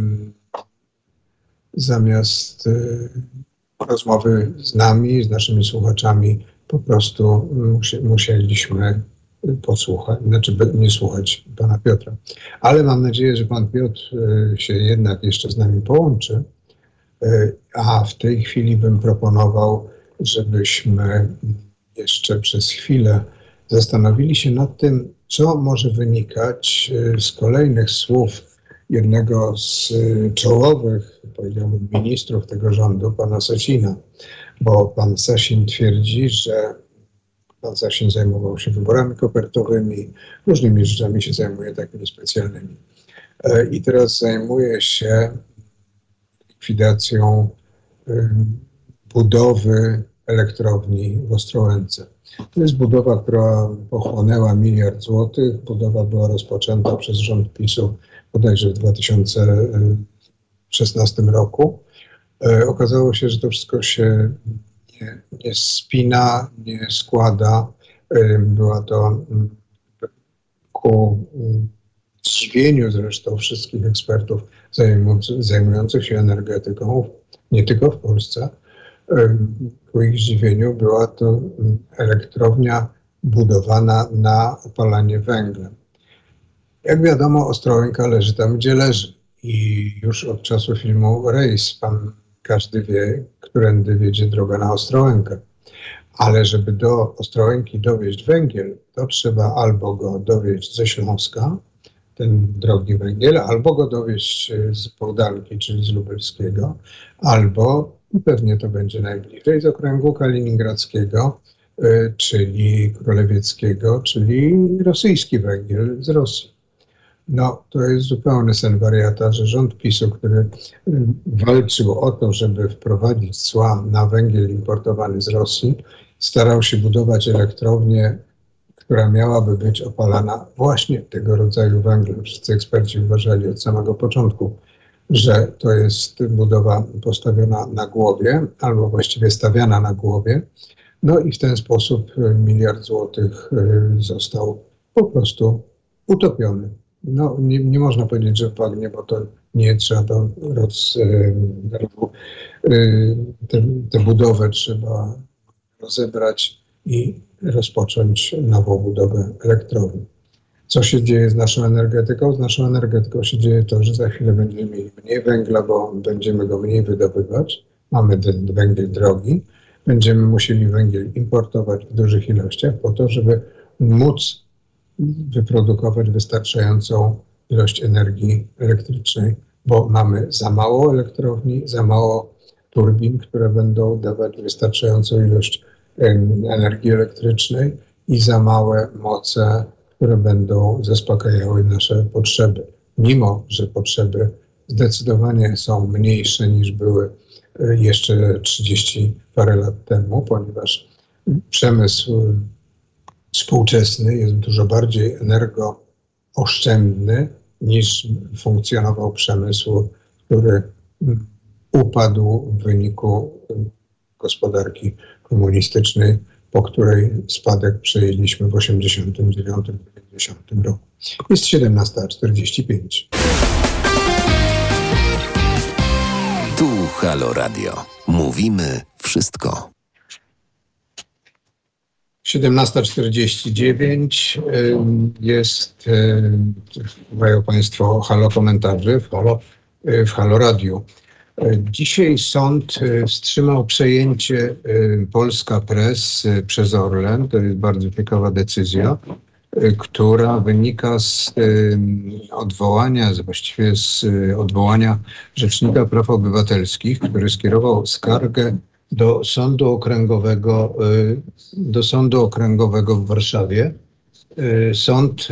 zamiast yy, rozmowy z nami, z naszymi słuchaczami, po prostu musi, musieliśmy posłuchać, znaczy nie słuchać pana Piotra. Ale mam nadzieję, że pan Piotr się jednak jeszcze z nami połączy, a w tej chwili bym proponował, żebyśmy jeszcze przez chwilę zastanowili się nad tym, co może wynikać z kolejnych słów jednego z czołowych, powiedziałbym, ministrów tego rządu, pana Sasina, bo pan Sasin twierdzi, że pan Sasin zajmował się wyborami kopertowymi, różnymi rzeczami się zajmuje takimi specjalnymi. I teraz zajmuje się likwidacją budowy elektrowni w Ostrołęce. To jest budowa, która pochłonęła miliard złotych. Budowa była rozpoczęta przez rząd PiSu bodajże w dwa tysiące szesnastym roku. E, okazało się, że to wszystko się nie, nie spina, nie składa. E, była to ku zdziwieniu zresztą wszystkich ekspertów zajmujących, zajmujących się energetyką, nie tylko w Polsce. E, ku ich zdziwieniu była to elektrownia budowana na opalanie węglem. Jak wiadomo, Ostrołęka leży tam, gdzie leży. I już od czasu filmu Rejs pan każdy wie, którędy wiedzie droga na Ostrołękę. Ale żeby do Ostrołęki dowieźć węgiel, to trzeba albo go dowieźć ze Śląska, ten drogi węgiel, albo go dowieźć z Bogdanki, czyli z Lubelskiego, albo pewnie to będzie najbliżej z okręgu kaliningradzkiego, y, czyli królewieckiego, czyli rosyjski węgiel z Rosji. No, to jest zupełny sen wariata, że rząd PiSu, który walczył o to, żeby wprowadzić cła na węgiel importowany z Rosji, starał się budować elektrownię, która miałaby być opalana właśnie tego rodzaju węglem. Wszyscy eksperci uważali od samego początku, że to jest budowa postawiona na głowie, albo właściwie stawiana na głowie. No i w ten sposób miliard złotych został po prostu utopiony. No, nie, nie można powiedzieć, że wpadnie, bo to nie trzeba to roz, tę budowę trzeba rozebrać i rozpocząć nową budowę elektrowni. Co się dzieje z naszą energetyką? Z naszą energetyką się dzieje to, że za chwilę będziemy mieli mniej węgla, bo będziemy go mniej wydobywać. Mamy ten węgiel drogi. Będziemy musieli węgiel importować w dużych ilościach po to, żeby móc wyprodukować wystarczającą ilość energii elektrycznej, bo mamy za mało elektrowni, za mało turbin, które będą dawać wystarczającą ilość energii elektrycznej i za małe moce, które będą zaspokajały nasze potrzeby. Mimo że potrzeby zdecydowanie są mniejsze niż były jeszcze trzydzieści parę lat temu, ponieważ przemysł współczesny jest dużo bardziej energooszczędny niż funkcjonował przemysł, który upadł w wyniku gospodarki komunistycznej, po której spadek przejęliśmy w osiemdziesiątym dziewiątym dziewięćdziesiątym roku. Jest siedemnasta czterdzieści pięć. Tu Halo Radio. Mówimy wszystko. siedemnasta czterdzieści dziewięć jest, mają Państwo Halo komentarzy w Halo, w Halo Radiu. Dzisiaj sąd wstrzymał przejęcie Polska Press przez Orlen. To jest bardzo ciekawa decyzja. która wynika z odwołania, właściwie z odwołania Rzecznika Praw Obywatelskich, który skierował skargę do Sądu Okręgowego, do Sądu Okręgowego w Warszawie. Sąd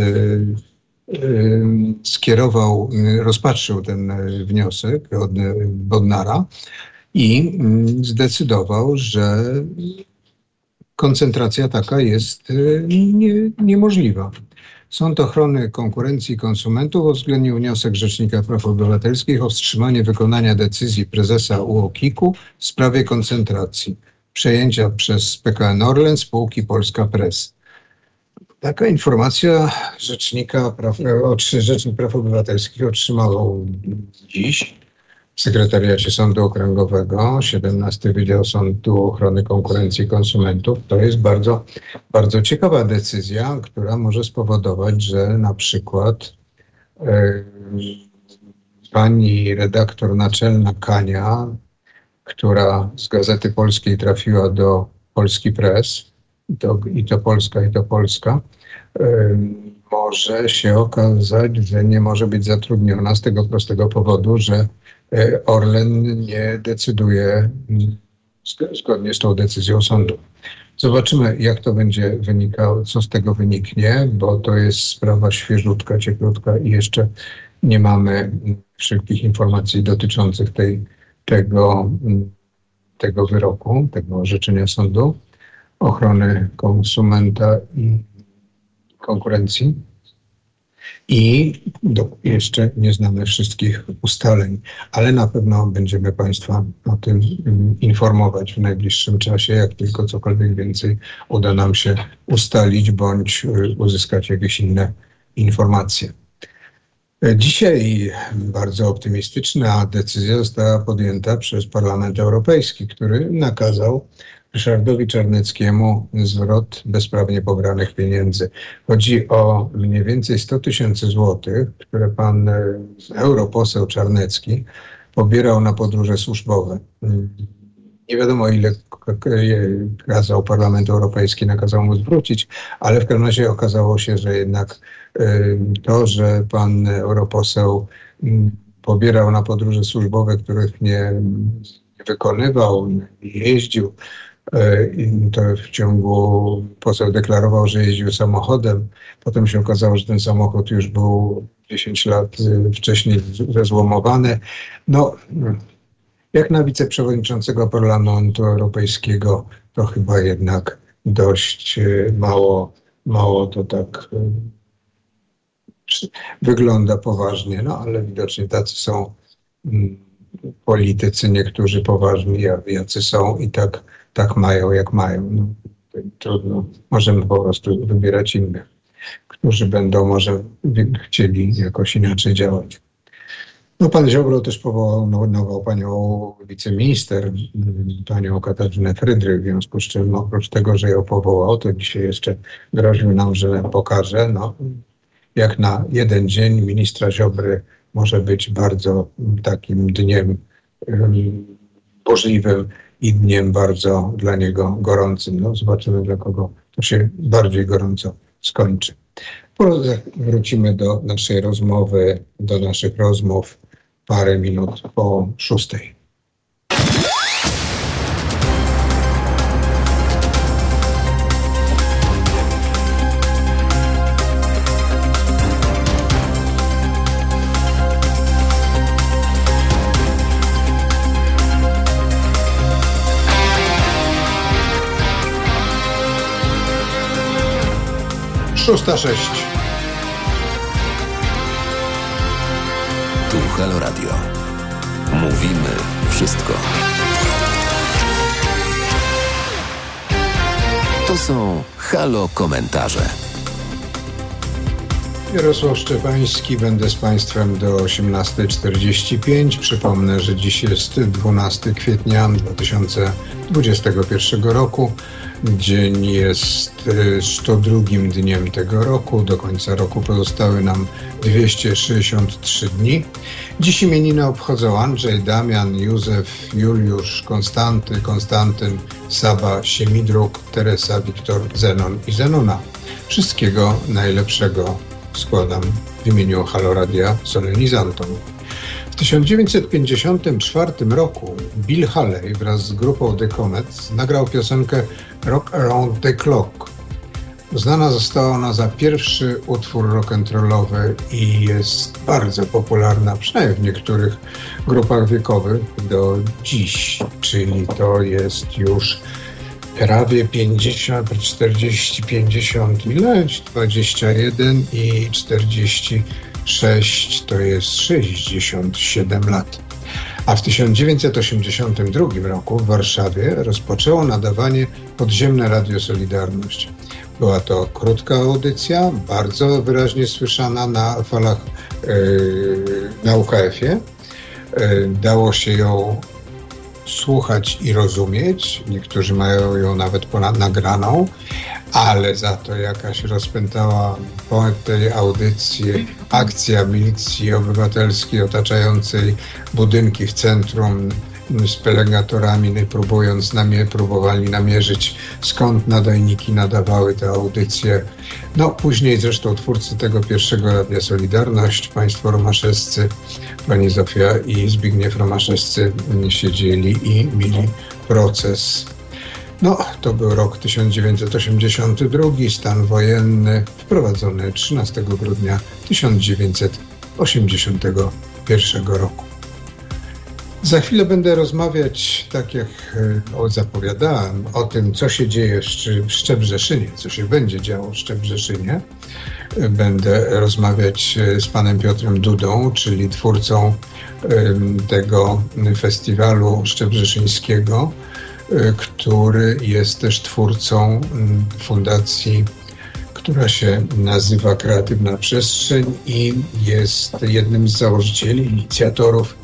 skierował, rozpatrzył ten wniosek od Bodnara i zdecydował, że koncentracja taka jest nie, niemożliwa. Sąd Ochrony Konkurencji i Konsumentów uwzględnił wniosek Rzecznika Praw Obywatelskich o wstrzymanie wykonania decyzji prezesa U O K I K-u w sprawie koncentracji przejęcia przez P K N Orlen spółki Polska Press. Taka informacja Rzecznika Praw, Rzecznik Praw Obywatelskich otrzymał dziś w Sekretariacie Sądu Okręgowego, siedemnasty Wydział Sądu Ochrony Konkurencji i Konsumentów. To jest bardzo, bardzo ciekawa decyzja, która może spowodować, że na przykład e, pani redaktor naczelna Kania, która z Gazety Polskiej trafiła do Polski Press, i to, i to Polska, i to Polska, y, może się okazać, że nie może być zatrudniona z tego prostego powodu, że y, Orlen nie decyduje y, zgodnie z tą decyzją sądu. Zobaczymy, jak to będzie wynikało, co z tego wyniknie, bo to jest sprawa świeżutka, cieplutka i jeszcze nie mamy wszelkich informacji dotyczących tej, tego, tego wyroku, tego orzeczenia sądu ochrony konsumenta i konkurencji i do, jeszcze nie znamy wszystkich ustaleń, ale na pewno będziemy Państwa o tym informować w najbliższym czasie, jak tylko cokolwiek więcej uda nam się ustalić bądź uzyskać jakieś inne informacje. Dzisiaj bardzo optymistyczna decyzja została podjęta przez Parlament Europejski, który nakazał Ryszardowi Czarneckiemu zwrot bezprawnie pobranych pieniędzy. Chodzi o mniej więcej sto tysięcy złotych, które pan europoseł Czarnecki pobierał na podróże służbowe. Nie wiadomo, ile kazał Parlament Europejski, nakazał mu zwrócić, ale w każdym razie okazało się, że jednak to, że pan europoseł pobierał na podróże służbowe, których nie wykonywał, nie jeździł, to w ciągu, poseł deklarował, że jeździł samochodem. Potem się okazało, że ten samochód już był dziesięć lat wcześniej zezłomowany. No, jak na wiceprzewodniczącego Parlamentu Europejskiego, to chyba jednak dość mało, mało to tak wygląda poważnie, no ale widocznie tacy są politycy, niektórzy poważni, jacy są i tak, tak mają, jak mają. No, trudno, możemy po prostu wybierać innych, którzy będą może chcieli jakoś inaczej działać. No, pan Ziobro też powołał panią wiceminister, panią Katarzynę Frydrych, w związku z czym oprócz tego, że ją powołał, to dzisiaj jeszcze groził nam, że pokaże, no, jak na jeden dzień ministra Ziobry może być bardzo takim dniem um, burzliwym i dniem bardzo dla niego gorącym. No, zobaczymy, dla kogo to się bardziej gorąco skończy. Wrócimy do naszej rozmowy, do naszych rozmów parę minut po szóstej. Szósta sześć. Tu Halo Radio. Mówimy wszystko. To są Halo komentarze. Jarosław Szczepański, będę z Państwem do osiemnastej czterdzieści pięć. Przypomnę, że dziś jest dwunastego kwietnia dwa tysiące dwudziestego pierwszego roku. Dzień jest sto drugim dniem tego roku. Do końca roku pozostały nam dwieście sześćdziesiąt trzy dni. Dziś imieniny obchodzą Andrzej, Damian, Józef, Juliusz, Konstanty, Konstantyn, Saba, Siemidruk, Teresa, Wiktor, Zenon i Zenona. Wszystkiego najlepszego składam w imieniu Halo Radia solenizantom. W tysiąc dziewięćset pięćdziesiątym czwartym roku Bill Haley wraz z grupą The Comets nagrał piosenkę Rock Around the Clock. Uznana została ona za pierwszy utwór rock'n'rollowy i jest bardzo popularna, przynajmniej w niektórych grupach wiekowych do dziś, czyli to jest już prawie pięćdziesiąt, czterdzieści, pięćdziesiąt ileś, dwadzieścia jeden i czterdzieści sześć to jest sześćdziesiąt siedem lat. A w tysiąc dziewięćset osiemdziesiątym drugim roku w Warszawie rozpoczęło nadawanie podziemne Radio Solidarność. Była to krótka audycja, bardzo wyraźnie słyszana na falach yy, na U K F-ie. Yy, dało się ją słuchać i rozumieć. Niektórzy mają ją nawet ponad nagraną, ale za to jakaś rozpętała po tej audycji akcja milicji obywatelskiej otaczającej budynki w centrum z pelegatorami, próbując namie, próbowali namierzyć, skąd nadajniki nadawały te audycje. No później zresztą twórcy tego pierwszego Radia Solidarność, państwo romaszewscy, pani Zofia i Zbigniew Romaszewscy siedzieli i mieli proces. No, to był rok tysiąc dziewięćset osiemdziesiąty drugi, stan wojenny wprowadzony trzynastego grudnia tysiąc dziewięćset osiemdziesiątego pierwszego roku. Za chwilę będę rozmawiać, tak jak zapowiadałem, o tym, co się dzieje w Szczebrzeszynie, co się będzie działo w Szczebrzeszynie. Będę rozmawiać z panem Piotrem Dudą, czyli twórcą tego festiwalu szczebrzeszyńskiego, który jest też twórcą fundacji, która się nazywa Kreatywna Przestrzeń i jest jednym z założycieli, inicjatorów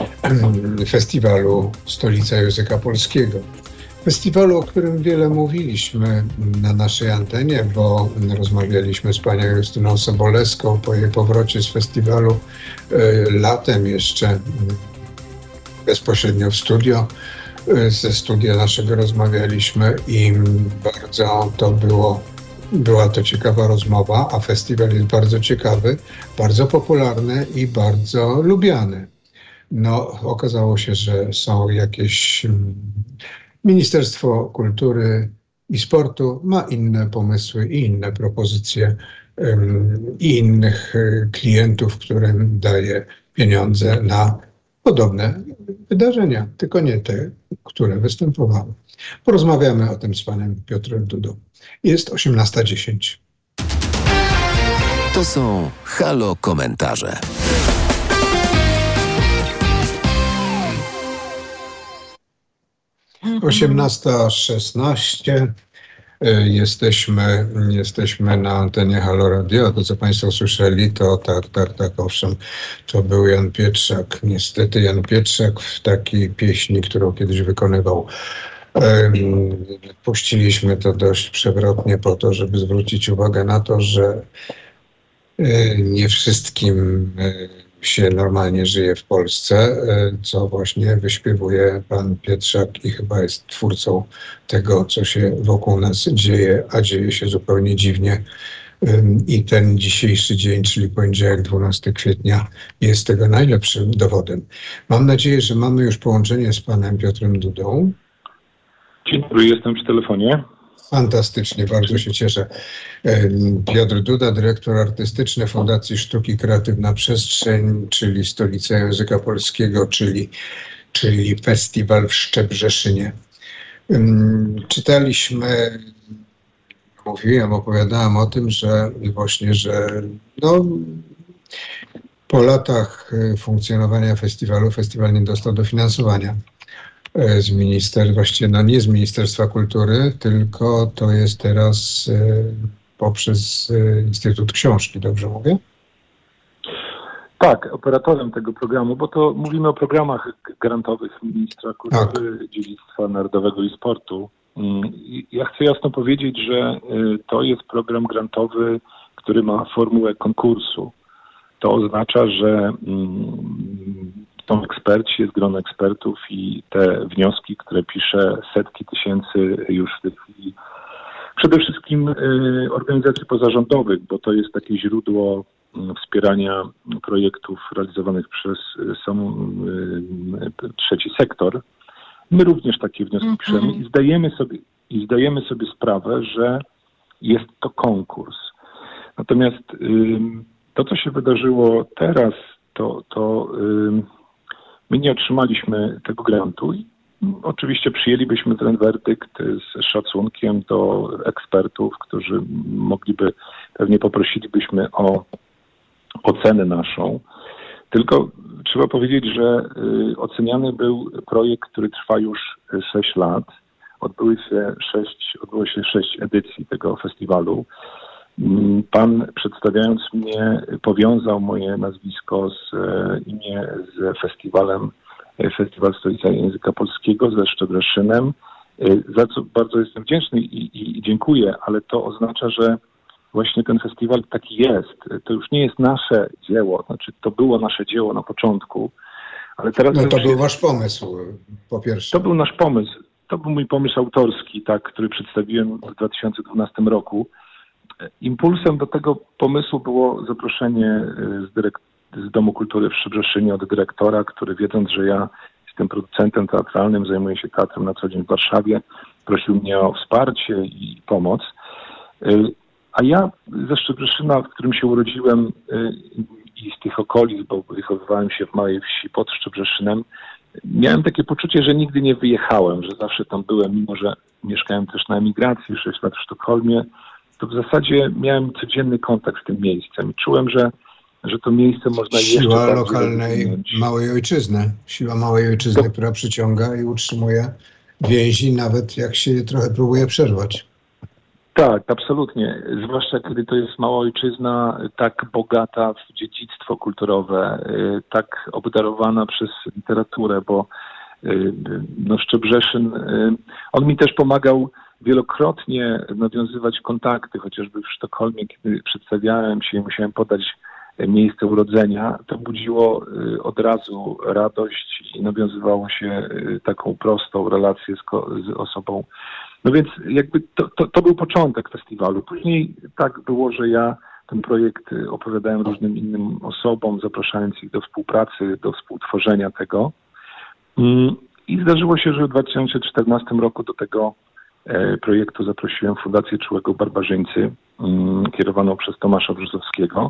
festiwalu Stolica Języka Polskiego. Festiwalu, o którym wiele mówiliśmy na naszej antenie, bo rozmawialiśmy z panią Justyną Sobolewską po jej powrocie z festiwalu latem jeszcze bezpośrednio w studio. Ze studia naszego rozmawialiśmy i bardzo to było, była to ciekawa rozmowa, a festiwal jest bardzo ciekawy, bardzo popularny i bardzo lubiany. No, okazało się, że są jakieś... Ministerstwo Kultury i Sportu ma inne pomysły i inne propozycje um, i innych klientów, którym daje pieniądze na podobne wydarzenia, tylko nie te, które występowały. Porozmawiamy o tym z panem Piotrem Dudą. Jest osiemnasta dziesięć. To są Halo Komentarze. osiemnasta szesnaście. Jesteśmy, jesteśmy na antenie Halo Radio. To, co państwo słyszeli, to tak, tak, tak, owszem, to był Jan Pietrzak. Niestety Jan Pietrzak w takiej pieśni, którą kiedyś wykonywał. Puściliśmy to dość przewrotnie po to, żeby zwrócić uwagę na to, że nie wszystkim się normalnie żyje w Polsce, co właśnie wyśpiewuje pan Pietrzak i chyba jest twórcą tego, co się wokół nas dzieje, a dzieje się zupełnie dziwnie. I ten dzisiejszy dzień, czyli poniedziałek dwunastego kwietnia, jest tego najlepszym dowodem. Mam nadzieję, że mamy już połączenie z panem Piotrem Dudą. Dzień dobry, jestem przy telefonie. Fantastycznie, bardzo się cieszę. Piotr Duda, dyrektor artystyczny Fundacji Sztuki Kreatywna Przestrzeń, czyli Stolica Języka Polskiego, czyli, czyli festiwal w Szczebrzeszynie. Czytaliśmy, mówiłem, opowiadałem o tym, że właśnie, że no, po latach funkcjonowania festiwalu, festiwal nie dostał dofinansowania z minister, właściwie no nie z Ministerstwa Kultury, tylko to jest teraz poprzez Instytut Książki, dobrze mówię? Tak, operatorem tego programu, bo to mówimy o programach grantowych Ministra Kultury, tak. Dziedzictwa Narodowego i Sportu. Ja chcę jasno powiedzieć, że to jest program grantowy, który ma formułę konkursu. To oznacza, że są eksperci, jest grono ekspertów i te wnioski, które pisze setki tysięcy już w tej chwili, przede wszystkim organizacji pozarządowych, bo to jest takie źródło wspierania projektów realizowanych przez sam trzeci sektor. My również takie wnioski mm-hmm. piszemy i zdajemy sobie, i zdajemy sobie sprawę, że jest to konkurs. Natomiast ym, to, co się wydarzyło teraz, to, to ym, my nie otrzymaliśmy tego grantu i oczywiście przyjęlibyśmy ten werdykt z szacunkiem do ekspertów, którzy mogliby, pewnie poprosilibyśmy o ocenę naszą. Tylko trzeba powiedzieć, że y, oceniany był projekt, który trwa już sześć lat. Odbyły się sześć, odbyło się sześć edycji tego festiwalu. Pan, przedstawiając mnie, powiązał moje nazwisko z e, imię z festiwalem, e, Festiwal Stolica Języka Polskiego ze Szczebrzeszynem, e, za co bardzo jestem wdzięczny i, i, i dziękuję, ale to oznacza, że właśnie ten festiwal taki jest. To już nie jest nasze dzieło, znaczy to było nasze dzieło na początku, ale teraz... No to był wasz pomysł, po pierwsze. To był nasz pomysł. To był mój pomysł autorski, tak, który przedstawiłem w dwa tysiące dwunastym roku. Impulsem do tego pomysłu było zaproszenie z, dyrek- z Domu Kultury w Szczebrzeszynie od dyrektora, który, wiedząc, że ja jestem producentem teatralnym, zajmuję się teatrem na co dzień w Warszawie, prosił mnie o wsparcie i pomoc. A ja ze Szczebrzeszyna, w którym się urodziłem i z tych okolic, bo wychowywałem się w małej wsi pod Szczebrzeszynem, miałem takie poczucie, że nigdy nie wyjechałem, że zawsze tam byłem, mimo że mieszkałem też na emigracji, sześć lat w Sztokholmie, to w zasadzie miałem codzienny kontakt z tym miejscem i czułem, że, że to miejsce można jeszcze Siła bardziej lokalnej rozwinąć. małej ojczyzny, siła małej ojczyzny, to... która przyciąga i utrzymuje więzi, nawet jak się je trochę próbuje przerwać. Tak, absolutnie. Zwłaszcza kiedy to jest mała ojczyzna tak bogata w dziedzictwo kulturowe, tak obdarowana przez literaturę, bo no Szczebrzeszyn, on mi też pomagał wielokrotnie nawiązywać kontakty, chociażby w Sztokholmie, kiedy przedstawiałem się i musiałem podać miejsce urodzenia, to budziło od razu radość i nawiązywało się taką prostą relację z, ko- z osobą. No więc jakby to, to, to był początek festiwalu. Później tak było, że ja ten projekt opowiadałem różnym innym osobom, zapraszając ich do współpracy, do współtworzenia tego. I zdarzyło się, że w dwa tysiące czternastym roku do tego projektu zaprosiłem Fundację Czułego Barbarzyńcy, kierowaną przez Tomasza Brzozowskiego.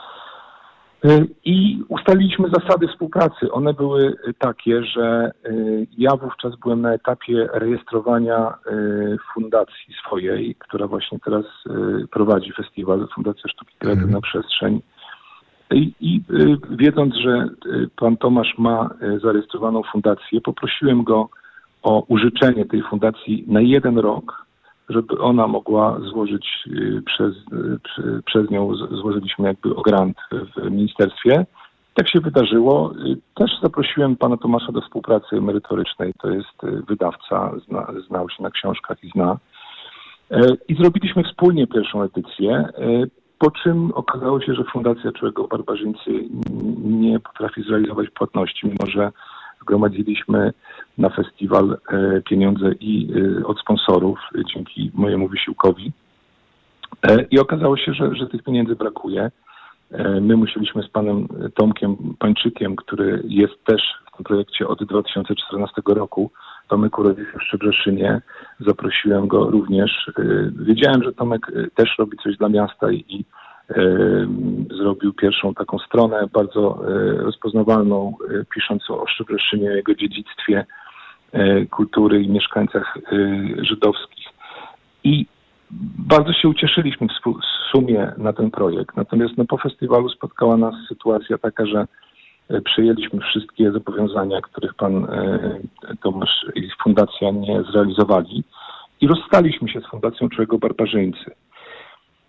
I ustaliliśmy zasady współpracy. One były takie, że ja wówczas byłem na etapie rejestrowania fundacji swojej, która właśnie teraz prowadzi festiwal, Fundacja Sztuki Kreatywna Przestrzeń. I, I wiedząc, że pan Tomasz ma zarejestrowaną fundację, poprosiłem go o użyczenie tej fundacji na jeden rok, żeby ona mogła złożyć przez, przez nią, złożyliśmy jakby o grant w ministerstwie. Tak się wydarzyło. Też zaprosiłem pana Tomasza do współpracy merytorycznej. To jest wydawca, zna, znał się na książkach i zna. I zrobiliśmy wspólnie pierwszą edycję, po czym okazało się, że Fundacja Czułego Barbarzyńcy nie potrafi zrealizować płatności, mimo że zgromadziliśmy na festiwal pieniądze i od sponsorów dzięki mojemu wysiłkowi. I okazało się, że, że tych pieniędzy brakuje. My musieliśmy z panem Tomkiem Pańczykiem, który jest też w tym projekcie od dwa tysiące czternastego roku. Tomek urodził się w Szczebrzeszynie. Zaprosiłem go również. Wiedziałem, że Tomek też robi coś dla miasta i zrobił pierwszą taką stronę bardzo rozpoznawalną, pisząc o Szczebrzeszynie, jego dziedzictwie kultury i mieszkańcach żydowskich. I bardzo się ucieszyliśmy w sumie na ten projekt. Natomiast no, po festiwalu spotkała nas sytuacja taka, że przyjęliśmy wszystkie zobowiązania, których pan Tomasz i fundacja nie zrealizowali i rozstaliśmy się z Fundacją Czułego Barbarzyńcy.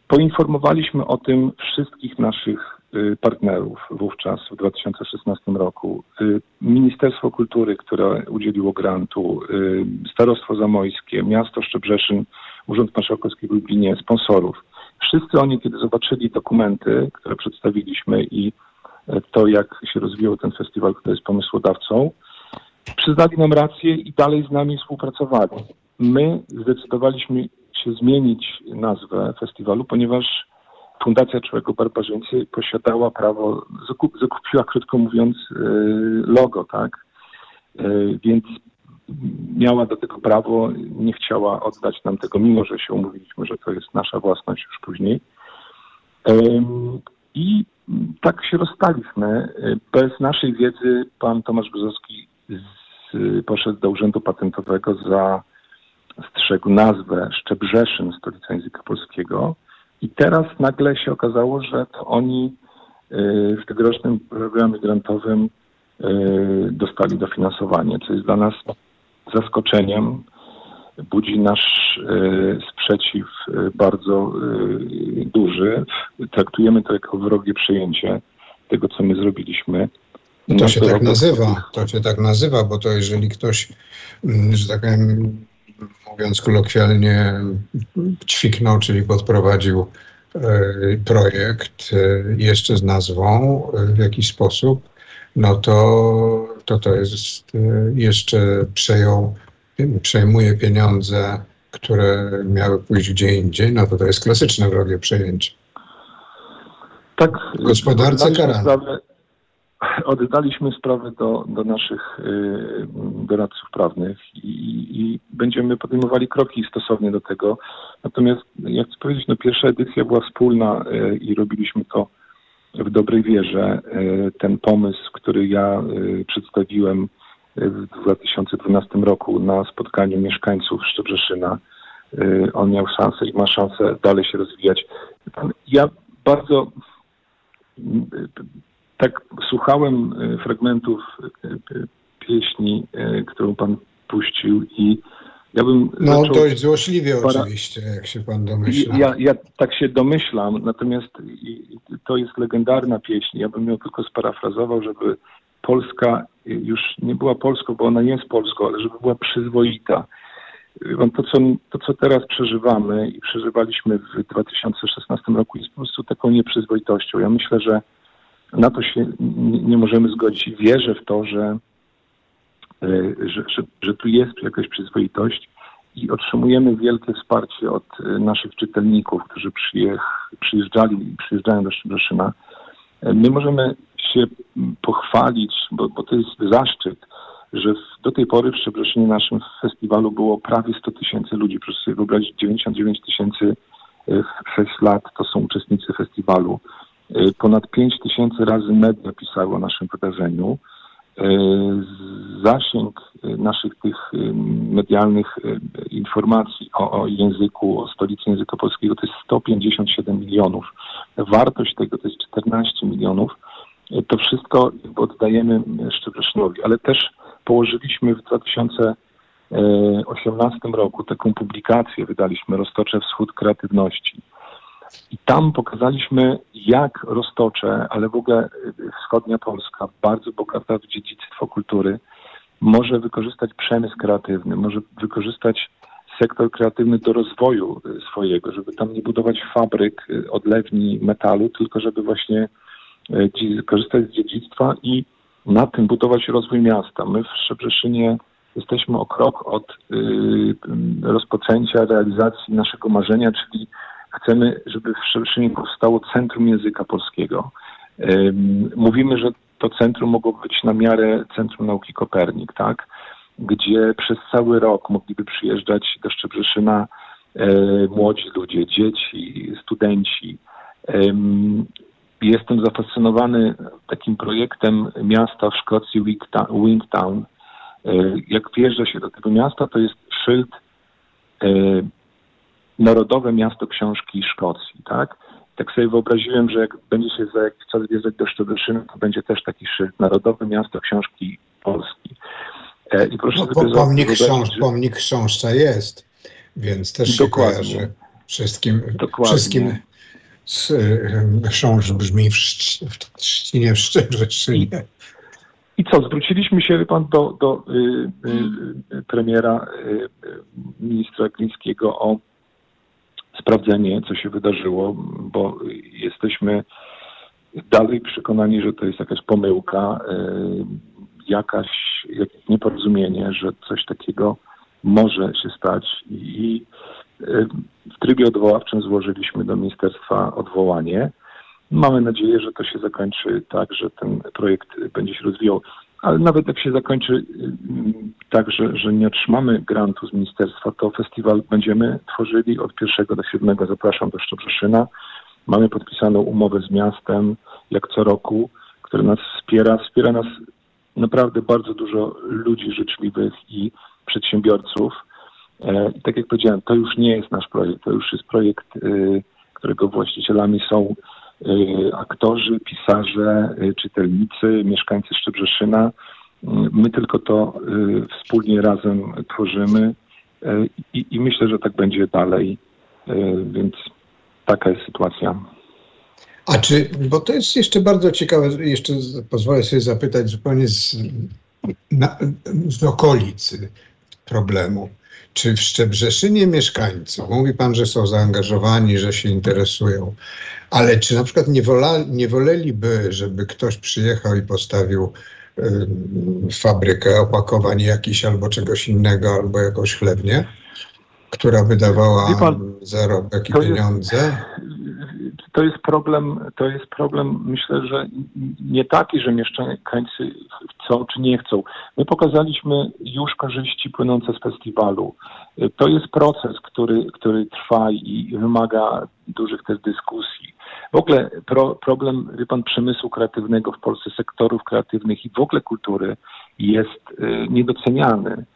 Poinformowaliśmy o tym wszystkich naszych partnerów wówczas w dwa tysiące szesnastym roku. Ministerstwo Kultury, które udzieliło grantu, Starostwo Zamojskie, Miasto Szczebrzeszyn, Urząd Marszałkowski w Lublinie, sponsorów. Wszyscy oni, kiedy zobaczyli dokumenty, które przedstawiliśmy i to, jak się rozwijał ten festiwal, kto jest pomysłodawcą, przyznali nam rację i dalej z nami współpracowali. My zdecydowaliśmy się zmienić nazwę festiwalu, ponieważ Fundacja Człego Barbarzyńcy posiadała prawo, zakup, zakupiła, krótko mówiąc, logo, tak? Więc miała do tego prawo, nie chciała oddać nam tego, mimo że się umówiliśmy, że to jest nasza własność już później. I tak się rozstaliśmy. Bez naszej wiedzy pan Tomasz Brzozowski z, poszedł do Urzędu Patentowego, zastrzegł nazwę Szczebrzeszyn, stolica języka polskiego. I teraz nagle się okazało, że to oni w tegorocznym programie grantowym dostali dofinansowanie, co jest dla nas zaskoczeniem. Budzi nasz sprzeciw bardzo duży. Traktujemy to jako wrogie przejęcie tego, co my zrobiliśmy. To się tak nazywa, to się tak nazywa, bo to jeżeli ktoś, że tak powiem, mówiąc kolokwialnie, ćwiknął, czyli podprowadził projekt jeszcze z nazwą w jakiś sposób, no to to, to jest jeszcze przejął, przejmuje pieniądze, które miały pójść gdzie indziej, no to to jest klasyczne wrogie przejęcie. Tak. Gospodarce karane. Oddaliśmy sprawę do, do naszych y, doradców prawnych i, i będziemy podejmowali kroki stosownie do tego. Natomiast, jak chcę powiedzieć, no pierwsza edycja była wspólna y, i robiliśmy to w dobrej wierze. Y, ten pomysł, który ja y, przedstawiłem w dwa tysiące dwunastym roku na spotkaniu mieszkańców Szczebrzeszyna, y, on miał szansę i ma szansę dalej się rozwijać. Ja bardzo... Y, Tak słuchałem fragmentów pieśni, którą pan puścił i ja bym... No dość złośliwie para... oczywiście, jak się pan domyśla. Ja, ja tak się domyślam, natomiast to jest legendarna pieśń. Ja bym ją tylko sparafrazował, żeby Polska już nie była Polską, bo ona nie jest Polską, ale żeby była przyzwoita. To co, to, co teraz przeżywamy i przeżywaliśmy w dwa tysiące szesnastym roku, jest po prostu taką nieprzyzwoitością. Ja myślę, że na to się nie możemy zgodzić i wierzę w to, że, że, że, że tu jest jakaś przyzwoitość i otrzymujemy wielkie wsparcie od naszych czytelników, którzy przyjech, przyjeżdżali i przyjeżdżają do Szczebrzeszyna. My możemy się pochwalić, bo, bo to jest zaszczyt, że w, do tej pory w Szczebrzeszynie naszym festiwalu było prawie sto tysięcy ludzi. Proszę sobie wyobrazić, dziewięćdziesiąt dziewięć tysięcy w sześć lat to są uczestnicy festiwalu. Ponad pięć tysięcy razy media pisały o naszym wydarzeniu. Zasięg naszych tych medialnych informacji o, o języku, o stolicy języka polskiego to jest sto pięćdziesiąt siedem milionów. Wartość tego to jest czternaście milionów. To wszystko oddajemy Szczebrzeszynowi, ale też położyliśmy w dwa tysiące osiemnastym roku taką publikację, wydaliśmy Roztocze Wschód Kreatywności. I tam pokazaliśmy, jak Roztocze, ale w ogóle wschodnia Polska, bardzo bogata w dziedzictwo kultury, może wykorzystać przemysł kreatywny, może wykorzystać sektor kreatywny do rozwoju swojego, żeby tam nie budować fabryk, odlewni metalu, tylko żeby właśnie korzystać z dziedzictwa i na tym budować rozwój miasta. My w Szczebrzeszynie jesteśmy o krok od y, rozpoczęcia realizacji naszego marzenia, czyli chcemy, żeby w Szczebrzeszynie powstało Centrum Języka Polskiego. Mówimy, że to centrum mogło być na miarę Centrum Nauki Kopernik, tak? Gdzie przez cały rok mogliby przyjeżdżać do Szczebrzeszyna młodzi ludzie, dzieci, studenci. Jestem zafascynowany takim projektem miasta w Szkocji, Wingtown. Jak wjeżdża się do tego miasta, to jest szyld Narodowe Miasto Książki Szkocji, tak? Tak sobie wyobraziłem, że jak będzie się za jakiś czas wjeżdżać do Szczebrzeszyna, to będzie też taki szyld Narodowe Miasto Książki Polski. I proszę no, sobie pomnik, książ, że... pomnik książce jest, więc też się kojarzy. Wszystkim, Dokładnie. wszystkim z, chrząszcz brzmi w, Szcz- w Trzcinie, w Szczebrzeszynie. I co, zwróciliśmy się, wie pan, do, do y, y, premiera, y, ministra Glińskiego o sprawdzenie, co się wydarzyło, bo jesteśmy dalej przekonani, że to jest jakaś pomyłka, y, jakaś, jakieś nieporozumienie, że coś takiego może się stać. I y, w trybie odwoławczym złożyliśmy do ministerstwa odwołanie. Mamy nadzieję, że to się zakończy tak, że ten projekt będzie się rozwijał. Ale nawet jak się zakończy tak, że, że nie otrzymamy grantu z ministerstwa, to festiwal będziemy tworzyli od pierwszego do siódmego. Zapraszam do Szczebrzeszyna. Mamy podpisaną umowę z miastem, jak co roku, które nas wspiera. Wspiera nas naprawdę bardzo dużo ludzi życzliwych i przedsiębiorców. I tak jak powiedziałem, to już nie jest nasz projekt. To już jest projekt, którego właścicielami są aktorzy, pisarze, czytelnicy, mieszkańcy Szczebrzeszyna. My tylko to wspólnie razem tworzymy i, i myślę, że tak będzie dalej, więc taka jest sytuacja. A czy, bo to jest jeszcze bardzo ciekawe, jeszcze pozwolę sobie zapytać zupełnie z, na, z okolicy problemu. Czy w Szczebrzeszynie mieszkańcy, mówi pan, że są zaangażowani, że się interesują, ale czy na przykład nie, wola, nie woleliby, żeby ktoś przyjechał i postawił y, fabrykę opakowań jakiś albo czegoś innego, albo jakąś chlewnię, która by dawała pan, zarobek i pieniądze? Jest, to jest problem, to jest problem, myślę, że nie taki, że mieszkańcy chcą czy nie chcą. My pokazaliśmy już korzyści płynące z festiwalu. To jest proces, który, który trwa i wymaga dużych też dyskusji. W ogóle pro, problem, wie pan, przemysłu kreatywnego w Polsce, sektorów kreatywnych i w ogóle kultury jest y, niedoceniany y,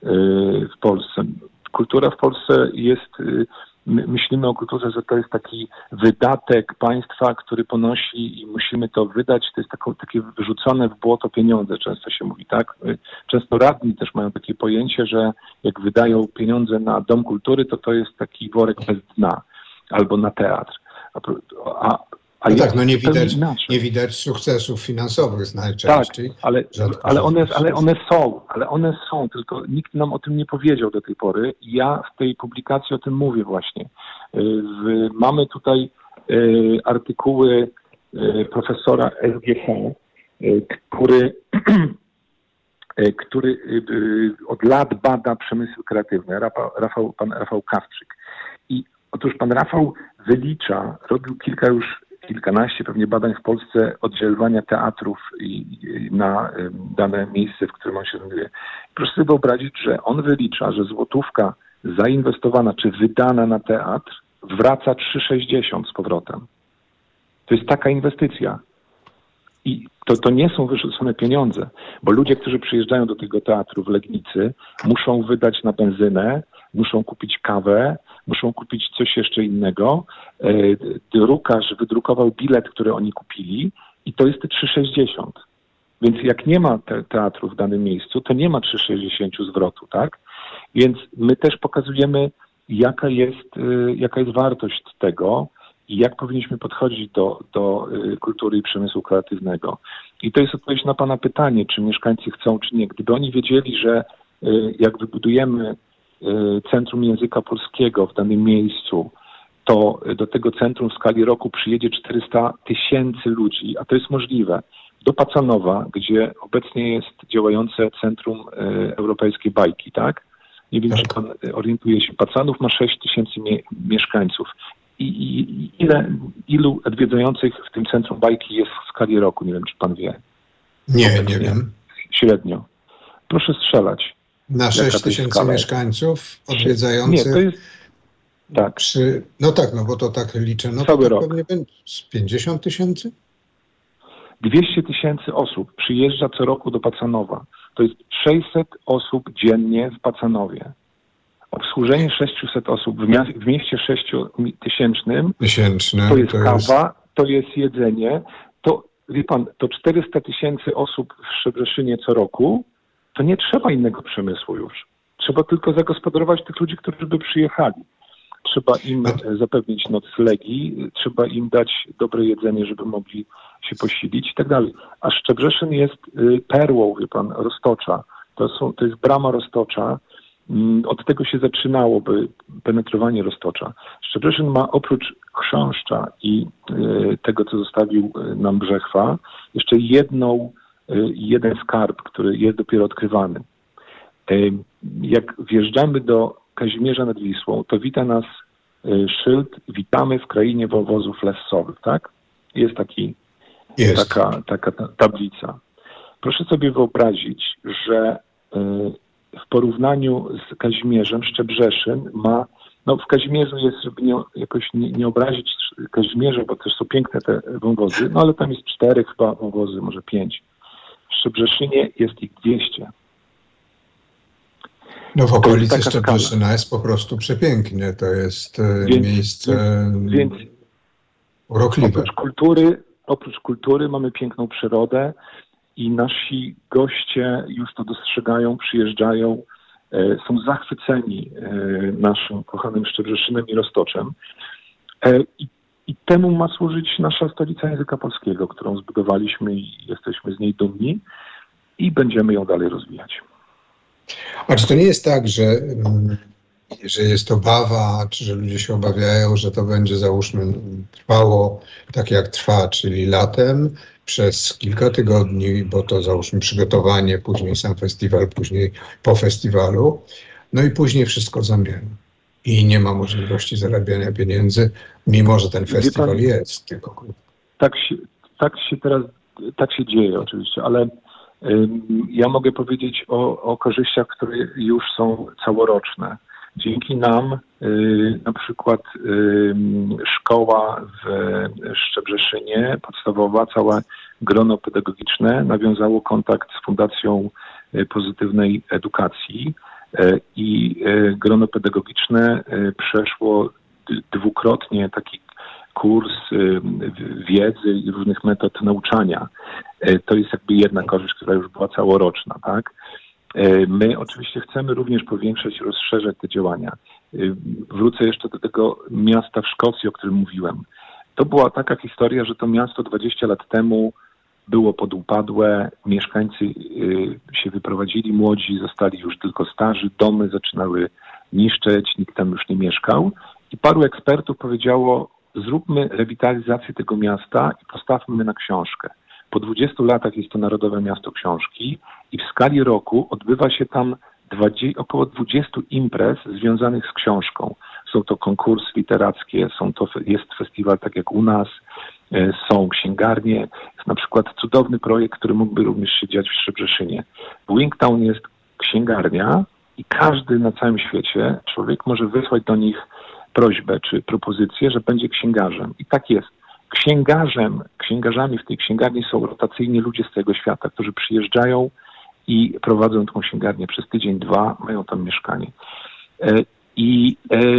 w Polsce. Kultura w Polsce jest, y, my myślimy o kulturze, że to jest taki wydatek państwa, który ponosi i musimy to wydać. To jest tako, takie wyrzucone w błoto pieniądze, często się mówi, tak? Często radni też mają takie pojęcie, że jak wydają pieniądze na Dom Kultury, to to jest taki worek bez dna albo na teatr. A, a, a no tak, no nie widać, nie widać sukcesów finansowych najczęściej. Tak, ale, ale, one, ale one są, ale one są, tylko nikt nam o tym nie powiedział do tej pory. Ja w tej publikacji o tym mówię właśnie. W, mamy tutaj y, artykuły y, profesora S G H, y, który, y, który y, od lat bada przemysł kreatywny, Rafał, Rafał, pan Rafał Kawczyk. I otóż pan Rafał wylicza, robił kilka już kilkanaście pewnie badań w Polsce oddziaływania teatrów i, i na y, dane miejsce, w którym on się znajduje. Proszę sobie wyobrazić, że on wylicza, że złotówka zainwestowana czy wydana na teatr wraca trzy sześćdziesiąt z powrotem. To jest taka inwestycja. I to, to nie są wyrzucone pieniądze, bo ludzie, którzy przyjeżdżają do tego teatru w Legnicy, muszą wydać na benzynę, muszą kupić kawę, muszą kupić coś jeszcze innego. Drukarz wydrukował bilet, który oni kupili i to jest te trzy sześćdziesiąt. Więc jak nie ma te, teatru w danym miejscu, to nie ma trzy sześćdziesiąt zwrotu, tak? Więc my też pokazujemy, jaka jest, jaka jest wartość tego i jak powinniśmy podchodzić do, do kultury i przemysłu kreatywnego. I to jest odpowiedź na pana pytanie, czy mieszkańcy chcą, czy nie. Gdyby oni wiedzieli, że jak wybudujemy Centrum Języka Polskiego w danym miejscu, to do tego centrum w skali roku przyjedzie czterysta tysięcy ludzi, a to jest możliwe. Do Pacanowa, gdzie obecnie jest działające Centrum Europejskiej Bajki, tak? Nie wiem, czy pan orientuje się. Pacanów ma sześć tysięcy mie- mieszkańców. I, i ile, ilu odwiedzających w tym Centrum Bajki jest w skali roku? Nie wiem, czy pan wie. Nie, obecnie. Nie wiem. Średnio. Proszę strzelać. Na sześć tysięcy mieszkańców odwiedzających. Nie, to jest... Tak. Przy, no tak, no bo to tak liczę. No Cały to rok. pewnie będzie z pięćdziesiąt tysięcy? dwieście tysięcy osób przyjeżdża co roku do Pacanowa. To jest sześćset osób dziennie w Pacanowie. Obsłużenie sześćset osób w, mia- w mieście sześciotysięcznym Tysięcznym, to jest to kawa, jest... to jest jedzenie. To, wie pan, to czterysta tysięcy osób w Szczebrzeszynie co roku, to nie trzeba innego przemysłu już. Trzeba tylko zagospodarować tych ludzi, którzy by przyjechali. trzeba im zapewnić noclegi, trzeba im dać dobre jedzenie, żeby mogli się posilić i tak dalej. A Szczebrzeszyn jest perłą, wie pan, Roztocza. To, są, to jest brama Roztocza. Od tego się zaczynało by penetrowanie Roztocza. Szczebrzeszyn ma oprócz chrząszcza i tego, co zostawił nam Brzechwa, jeszcze jedną, jeden skarb, który jest dopiero odkrywany. Jak wjeżdżamy do Kazimierza nad Wisłą, to wita nas szyld "Witamy w krainie wąwozów lascowych", tak? Jest taki, jest. Taka, taka tablica. Proszę sobie wyobrazić, że w porównaniu z Kazimierzem Szczebrzeszyn ma, no w Kazimierzu jest, żeby nie, jakoś nie, nie obrazić Kazimierza, bo też są piękne te wąwozy, no ale tam jest cztery chyba wąwozy, może pięć. W Szczebrzeszynie jest ich dwieście. No w okolicy Szczebrzeszyna jest po prostu przepięknie. To jest więc, miejsce więc, urokliwe. Oprócz kultury, oprócz kultury mamy piękną przyrodę i nasi goście już to dostrzegają, przyjeżdżają, e, są zachwyceni e, naszym kochanym Szczebrzeszynem i Roztoczem. E, i, I temu ma służyć nasza stolica języka polskiego, którą zbudowaliśmy i jesteśmy z niej dumni i będziemy ją dalej rozwijać. A czy to nie jest tak, że, że jest obawa, czy że ludzie się obawiają, że to będzie, załóżmy, trwało tak jak trwa, czyli latem przez kilka tygodni, bo to, załóżmy, przygotowanie, później sam festiwal, później po festiwalu, no i później wszystko zamieni. I nie ma możliwości zarabiania pieniędzy, mimo że ten festiwal pan, jest. Tylko... Tak się, tak się teraz, tak się dzieje oczywiście, ale ja mogę powiedzieć o, o korzyściach, które już są całoroczne. Dzięki nam na przykład szkoła w Szczebrzeszynie podstawowa, całe grono pedagogiczne nawiązało kontakt z Fundacją Pozytywnej Edukacji i grono pedagogiczne przeszło dwukrotnie taki kurs wiedzy i różnych metod nauczania. To jest jakby jedna korzyść, która już była całoroczna, tak? My oczywiście chcemy również powiększać, rozszerzać te działania. Wrócę jeszcze do tego miasta w Szkocji, o którym mówiłem. To była taka historia, że to miasto dwadzieścia lat temu było podupadłe, mieszkańcy się wyprowadzili, młodzi zostali już tylko starzy, domy zaczynały niszczeć, nikt tam już nie mieszkał i paru ekspertów powiedziało: zróbmy rewitalizację tego miasta i postawmy na książkę. Po dwudziestu latach jest to Narodowe Miasto Książki i w skali roku odbywa się tam około dwudziestu imprez związanych z książką. Są to konkursy literackie, są to, jest festiwal tak jak u nas, są księgarnie. Jest na przykład cudowny projekt, który mógłby również się dziać w Szczebrzeszynie. W Wingtown jest księgarnia i każdy na całym świecie człowiek może wysłać do nich prośbę czy propozycję, że będzie księgarzem. I tak jest. Księgarzem, księgarzami w tej księgarni są rotacyjni ludzie z całego świata, którzy przyjeżdżają i prowadzą tą księgarnię przez tydzień, dwa, mają tam mieszkanie. I,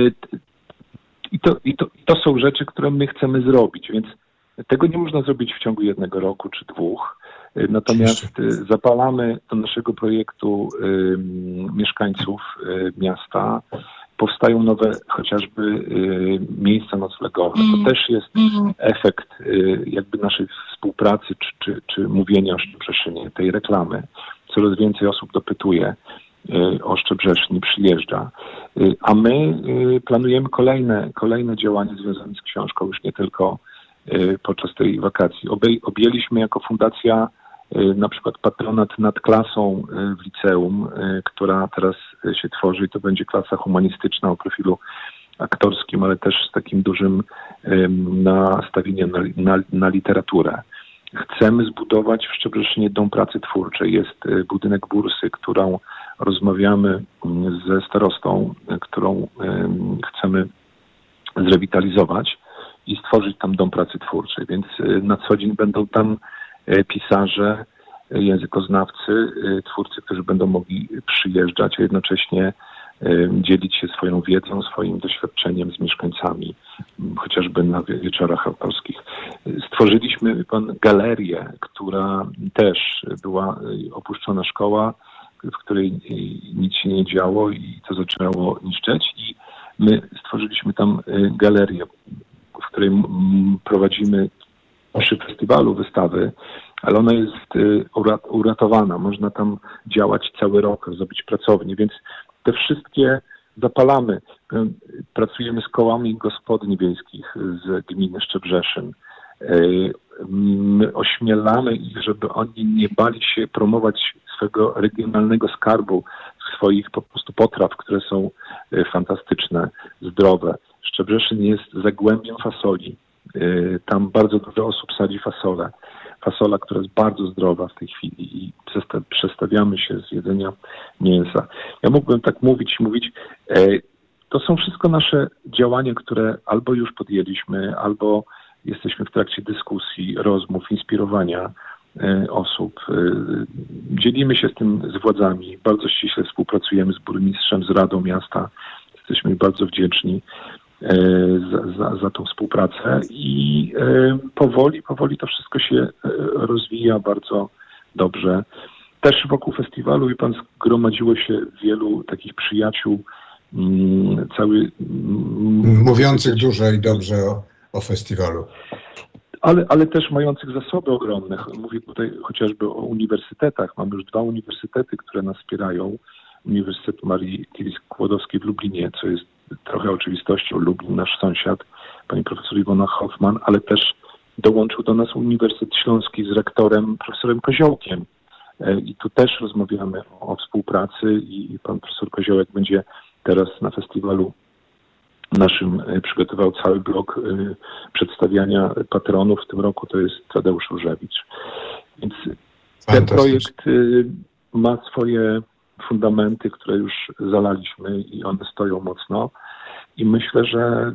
i, to, i to, to są rzeczy, które my chcemy zrobić, więc tego nie można zrobić w ciągu jednego roku czy dwóch. Natomiast zapalamy do naszego projektu mieszkańców miasta. Powstają nowe chociażby y, miejsca noclegowe. To też jest efekt y, jakby naszej współpracy czy, czy, czy mówienia o Szczebrzeszynie, tej reklamy. Coraz więcej osób dopytuje y, o Szczebrzeszyn i przyjeżdża. Y, a my y, planujemy kolejne, kolejne działania związane z książką, już nie tylko y, podczas tej wakacji. Obie, objęliśmy jako fundacja na przykład patronat nad klasą w liceum, która teraz się tworzy i to będzie klasa humanistyczna o profilu aktorskim, ale też z takim dużym nastawieniem na, na, na literaturę. Chcemy zbudować w Szczebrzeszynie Dom Pracy Twórczej. Jest budynek bursy, którą rozmawiamy ze starostą, którą chcemy zrewitalizować i stworzyć tam Dom Pracy Twórczej. Więc na co dzień będą tam pisarze, językoznawcy, twórcy, którzy będą mogli przyjeżdżać, a jednocześnie dzielić się swoją wiedzą, swoim doświadczeniem z mieszkańcami, chociażby na wieczorach autorskich. Stworzyliśmy, wie pan, galerię, która też była opuszczona szkoła, w której nic się nie działo i to zaczęło niszczeć i My stworzyliśmy tam galerię, w której prowadzimy przy festiwalu wystawy, ale ona jest uratowana. Można tam działać cały rok, zrobić pracownię, więc te wszystkie zapalamy. Pracujemy z kołami gospodyń wiejskich z gminy Szczebrzeszyn. My ośmielamy ich, żeby oni nie bali się promować swego regionalnego skarbu, swoich po prostu potraw, które są fantastyczne, zdrowe. Szczebrzeszyn jest zagłębiem fasoli. Tam bardzo dużo osób sadzi fasolę. Fasola, która jest bardzo zdrowa w tej chwili i przestawiamy się z jedzenia mięsa. Ja mógłbym tak mówić i mówić. To są wszystko nasze działania, które albo już podjęliśmy, albo jesteśmy w trakcie dyskusji, rozmów, inspirowania osób. Dzielimy się z tym z władzami. Bardzo ściśle współpracujemy z burmistrzem, z Radą Miasta. Jesteśmy bardzo wdzięczni za, za, za tą współpracę i powoli, powoli to wszystko się rozwija bardzo dobrze. Też wokół festiwalu, wie pan, zgromadziło się wielu takich przyjaciół, cały... Mówiących dużo i dobrze o, o festiwalu. Ale, ale też mających zasoby ogromne. Mówię tutaj chociażby o uniwersytetach. Mamy już dwa uniwersytety, które nas wspierają. Uniwersytet Marii Curie-Skłodowskiej w Lublinie, co jest trochę oczywistością. Lublin, nasz sąsiad, pani profesor Iwona Hoffman, ale też dołączył do nas Uniwersytet Śląski z rektorem profesorem Koziołkiem. I tu też rozmawiamy o, o współpracy i pan profesor Koziołek będzie teraz na festiwalu naszym przygotował cały blok y, przedstawiania patronów. W tym roku to jest Tadeusz Różewicz. Więc ten projekt y, ma swoje fundamenty, które już zalaliśmy i one stoją mocno. I myślę, że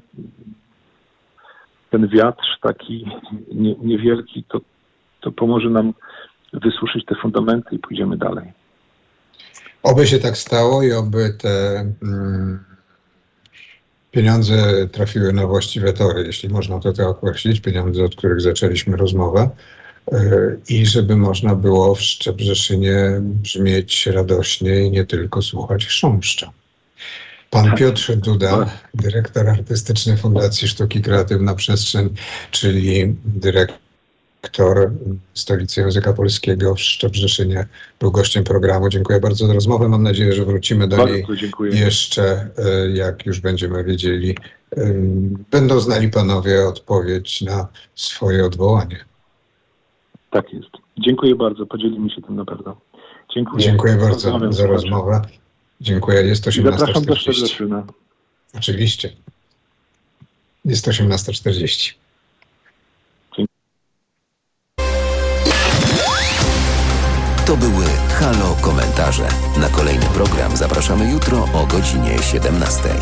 ten wiatr taki nie, niewielki to, to pomoże nam wysuszyć te fundamenty i pójdziemy dalej. Oby się tak stało i oby te mm, pieniądze trafiły na właściwe tory, jeśli można to tak określić, pieniądze, od których zaczęliśmy rozmowę, yy, i żeby można było w Szczebrzeszynie brzmieć radośnie i nie tylko słuchać chrząszcza. Pan Piotr Duda, dyrektor artystyczny Fundacji Sztuki Kreatywna Przestrzeń, czyli dyrektor Stolicy Języka Polskiego w Szczebrzeszynie, był gościem programu. Dziękuję bardzo za rozmowę. Mam nadzieję, że wrócimy do niej jeszcze, jak już będziemy wiedzieli. Będą znali panowie odpowiedź na swoje odwołanie. Tak jest. Dziękuję bardzo. Podzielimy się tym na pewno. Dziękuję. Dziękuję bardzo za, za rozmowę. Dziękuję. Jest osiemnasta czterdzieści. Zapraszam do Szczebrzeszyna. Oczywiście. Jest osiemnasta czterdzieści. To były Halo Komentarze. Na kolejny program zapraszamy jutro o godzinie siedemnastej.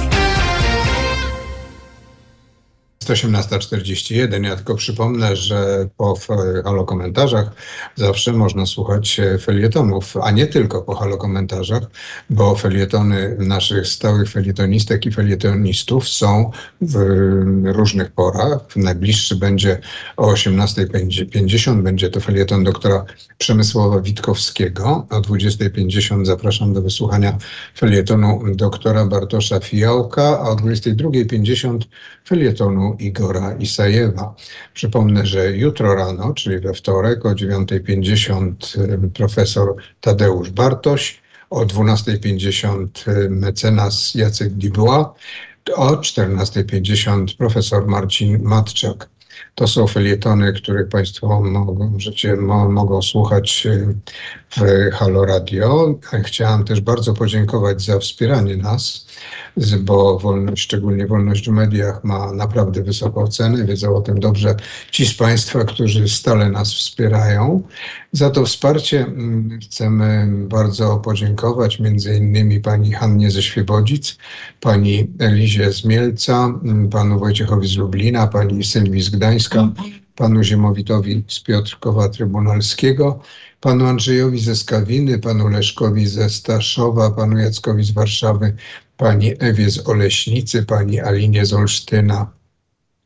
osiemnasta czterdzieści jeden. Ja tylko przypomnę, że po Halo Komentarzach zawsze można słuchać felietonów, a nie tylko po Halo Komentarzach, bo felietony naszych stałych felietonistek i felietonistów są w różnych porach. Najbliższy będzie o osiemnasta pięćdziesiąt. Będzie to felieton doktora Przemysława Witkowskiego. O dwudziesta pięćdziesiąt zapraszam do wysłuchania felietonu doktora Bartosza Fijałka, a o dwudziesta druga pięćdziesiąt felietonu Igora Isajewa. Przypomnę, że jutro rano, czyli we wtorek o dziewiąta pięćdziesiąt profesor Tadeusz Bartoś, o dwunasta pięćdziesiąt mecenas Jacek Dubois, o czternasta pięćdziesiąt profesor Marcin Matczak. To są felietony, których Państwo mogą, możecie, mo, mogą słuchać w Halo Radio. Chciałam też bardzo podziękować za wspieranie nas, bo wolność, szczególnie wolność w mediach, ma naprawdę wysoką cenę. Wiedzą o tym dobrze ci z Państwa, którzy stale nas wspierają. Za to wsparcie chcemy bardzo podziękować między innymi pani Hannie ze Świebodzic, pani Elizie z Mielca, panu Wojciechowi z Lublina, pani Sylwii z Gdańska, panu Ziemowitowi z Piotrkowa Trybunalskiego, panu Andrzejowi ze Skawiny, panu Leszkowi ze Staszowa, panu Jackowi z Warszawy, pani Ewie z Oleśnicy, pani Alinie z Olsztyna,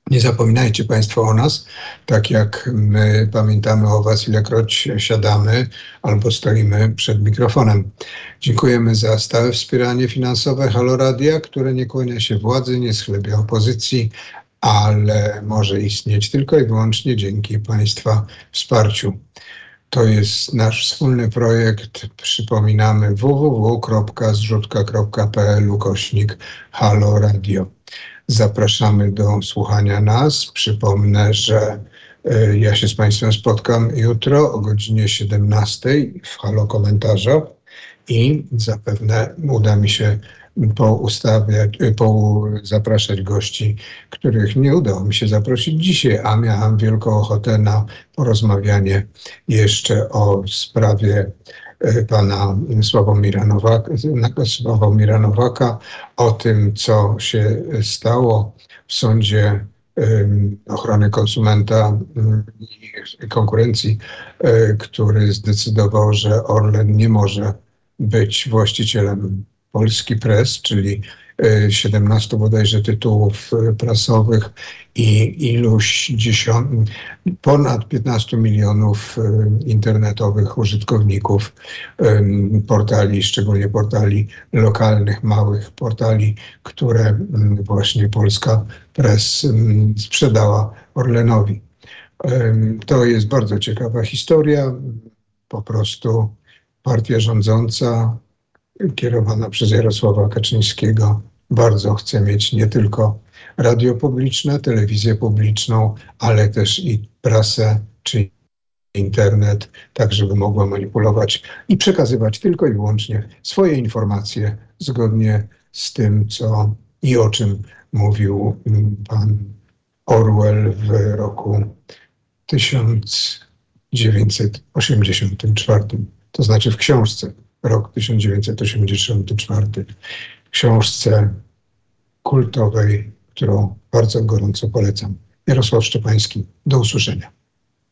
Nie zapominajcie Państwo o nas, tak jak my pamiętamy o Was, ilekroć siadamy albo stoimy przed mikrofonem. Dziękujemy za stałe wspieranie finansowe Halo Radia, które nie kłania się władzy, nie schlebia opozycji, ale może istnieć tylko i wyłącznie dzięki Państwa wsparciu. To jest nasz wspólny projekt. Przypominamy w w w kropka zrzutka kropka p l ukośnik Halo Radio. Zapraszamy do słuchania nas. Przypomnę, że y, ja się z Państwem spotkam jutro o godzinie siedemnastej w Halo Komentarzach i zapewne uda mi się poustawiać, po, zapraszać gości, których nie udało mi się zaprosić dzisiaj, a miałam wielką ochotę na porozmawianie jeszcze o sprawie pana Sławomira Nowaka, Sławomira Nowaka, o tym, co się stało w Sądzie Ochrony Konsumenta i Konkurencji, który zdecydował, że Orlen nie może być właścicielem Polski Press, czyli siedemnastu bodajże tytułów prasowych i iluś dziesiąt, ponad piętnastu milionów internetowych użytkowników portali, szczególnie portali lokalnych, małych portali, które właśnie Polska Press sprzedała Orlenowi. To jest bardzo ciekawa historia. Po prostu partia rządząca kierowana przez Jarosława Kaczyńskiego bardzo chce mieć nie tylko radio publiczne, telewizję publiczną, ale też i prasę czy internet, tak żeby mogła manipulować i przekazywać tylko i wyłącznie swoje informacje zgodnie z tym, co i o czym mówił pan Orwell w roku tysiąc dziewięćset osiemdziesiątym czwartym, to znaczy w książce rok tysiąc dziewięćset osiemdziesiąty czwarty, książce kultowej, którą bardzo gorąco polecam. Jarosław Szczepański, do usłyszenia.